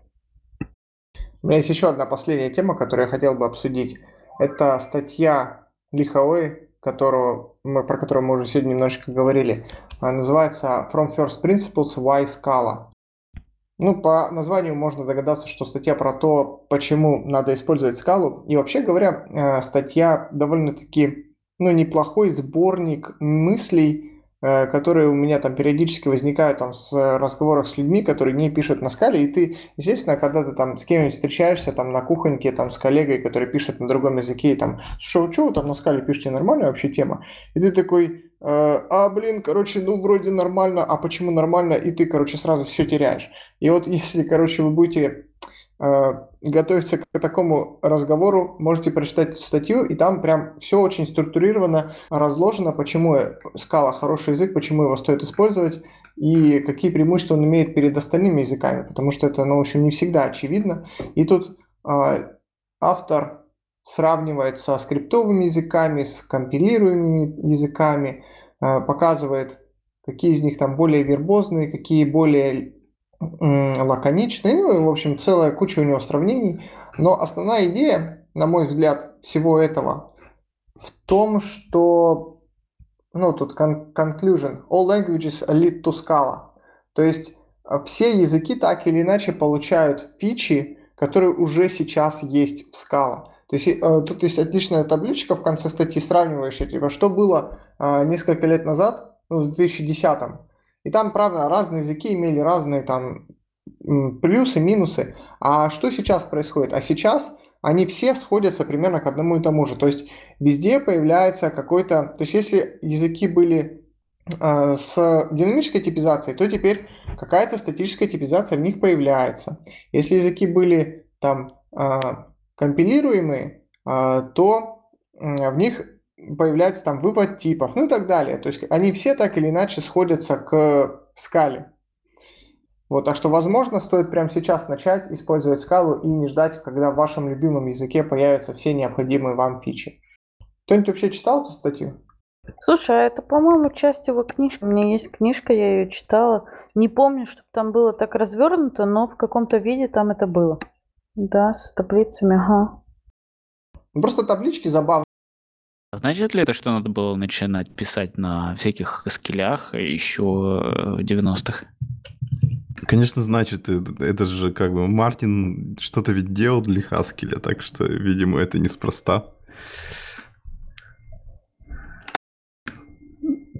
C: У меня есть еще одна последняя тема, которую я хотел бы обсудить. Это статья Лихаой, которую мы, про которую мы уже сегодня немножечко говорили. Она называется From First Principles Why Scala. Ну, по названию можно догадаться, что статья про то, почему надо использовать скалу. И вообще говоря, э, статья довольно-таки, ну, неплохой сборник мыслей, э, которые у меня там периодически возникают там с разговорах с людьми, которые не пишут на скале. И ты, естественно, когда ты там с кем-нибудь встречаешься там на кухоньке там с коллегой, который пишет на другом языке, и там, что, что вы там на скале пишете, нормальная вообще тема? И ты такой, э, а, блин, короче, ну, вроде нормально, а почему нормально? И ты, короче, сразу все теряешь. И вот если, короче, вы будете э, готовиться к такому разговору, можете прочитать эту статью, и там прям все очень структурировано, разложено, почему Scala хороший язык, почему его стоит использовать, и какие преимущества он имеет перед остальными языками, потому что это, ну, в общем, не всегда очевидно. И тут э, автор сравнивает со скриптовыми языками, с компилируемыми языками, э, показывает, какие из них там более вербозные, какие более лаконичный, ну, и, в общем, целая куча у него сравнений. Но основная идея, на мой взгляд, всего этого в том, что, ну, тут con- conclusion, all languages lead to Scala. То есть э, все языки так или иначе получают фичи, которые уже сейчас есть в Scala. То есть э, тут есть отличная табличка в конце статьи, сравнивающая, типа, что было э, несколько лет назад, ну, в две тысячи десятом. И там, правда, разные языки имели разные там м, плюсы, минусы. А что сейчас происходит? А сейчас они все сходятся примерно к одному и тому же. То есть везде появляется какой-то... То есть если языки были э, с динамической типизацией, то теперь какая-то статическая типизация в них появляется. Если языки были там э, компилируемые, э, то э, в них появляется там вывод типов, ну и так далее. То есть они все так или иначе сходятся к скале. Вот, так что, возможно, стоит прямо сейчас начать использовать скалу и не ждать, когда в вашем любимом языке появятся все необходимые вам фичи. Кто-нибудь вообще читал эту статью?
B: Слушай, а это, по-моему, часть его книжки. У меня есть книжка, я ее читала. Не помню, чтобы там было так развернуто, но в каком-то виде там это было. Да, с таблицами, ага.
C: Ну, просто таблички забавные.
D: Значит ли это, что надо было начинать писать на всяких скиллях еще в девяностых?
A: Конечно, значит, это, это же как бы Мартин что-то ведь делал для Haskell, так что, видимо, это неспроста.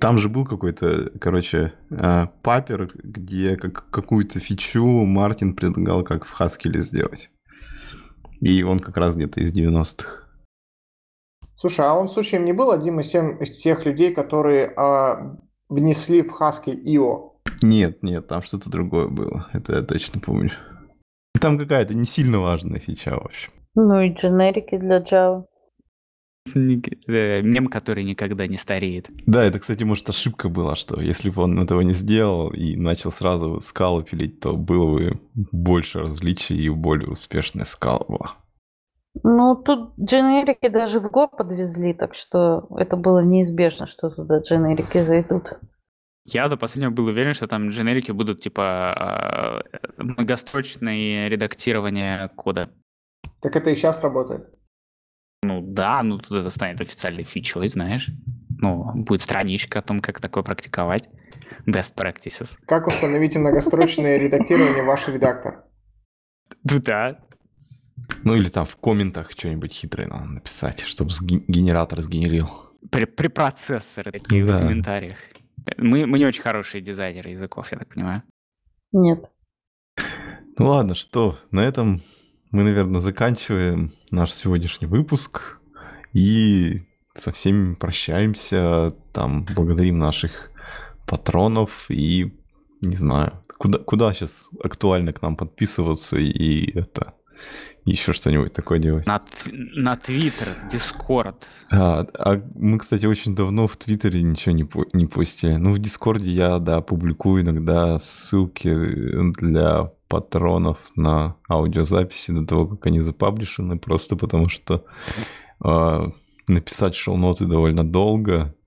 A: Там же был какой-то, короче, э, папер, где как, какую-то фичу Мартин предлагал, как в Haskell сделать. И он как раз где-то из девяностых.
C: Слушай, а он случаем не был одним из, тем, из тех людей, которые а, внесли в Haskell ай о?
A: Нет, нет, там что-то другое было. Это я точно помню. Там какая-то не сильно важная фича, в общем.
B: Ну и дженерики для Java.
D: Ник- э, Мем, который никогда не стареет.
A: Да, это, кстати, может, ошибка была, что если бы он этого не сделал и начал сразу скалу пилить, то было бы больше различий и более успешная скала была.
B: Ну, тут дженерики даже в Go подвезли, так что это было неизбежно, что туда дженерики зайдут.
D: Я до последнего был уверен, что там дженерики будут типа э, многострочное редактирование кода.
C: Так это и сейчас работает.
D: Ну да, ну тут это станет официальной фичой, знаешь. Ну, будет страничка о том, как такое практиковать. Best practices.
C: Как установить многострочное редактирование в ваш редактор?
D: Да.
A: Ну или там в комментах что-нибудь хитрое надо написать, чтобы генератор сгенерил.
D: При, при процессоры такие
A: Да.
D: в комментариях. Мы, мы не очень хорошие дизайнеры языков, я так понимаю.
B: Нет.
A: Ну ладно, что, на этом мы, наверное, заканчиваем наш сегодняшний выпуск и со всеми прощаемся, там благодарим наших патронов и не знаю, куда, куда сейчас актуально к нам подписываться и это еще что-нибудь такое делать.
D: На, тв- на Твиттер, Дискорд.
A: А, а мы, кстати, очень давно в Твиттере ничего не, по- не постили. Ну, в Дискорде я, да, публикую иногда ссылки для патронов на аудиозаписи до того, как они запаблишены, просто потому что а, написать шоу-ноты довольно долго,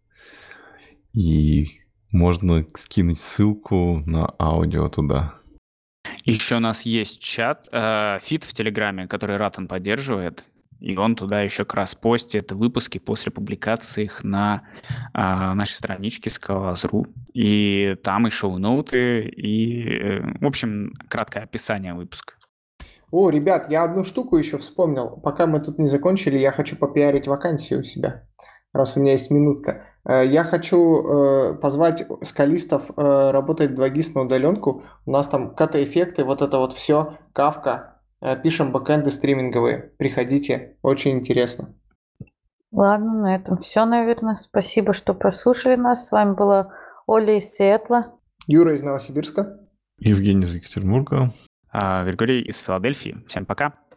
A: и можно скинуть ссылку на аудио туда.
D: Еще у нас есть чат, э, фид в Телеграме, который Ратан поддерживает. И он туда еще как раз постит выпуски после публикации их на э, нашей страничке скалолаз точка ру. И там и шоу-ноуты, и, э, в общем, краткое описание выпуска.
C: О, ребят, я одну штуку еще вспомнил. Пока мы тут не закончили, я хочу попиарить вакансию у себя, раз у меня есть минутка. Э, Я хочу э, позвать скалистов э, работать в два гис на удаленку. У нас там ката-эффекты, вот это вот все, кавка. Э, Пишем бэкэнды стриминговые. Приходите, очень интересно.
B: Ладно, на этом все, наверное. Спасибо, что прослушали нас. С вами была Оля из Сиэтла.
C: Юра из Новосибирска.
A: Евгений из Екатеринбурга.
D: А, Григорий из Филадельфии. Всем пока.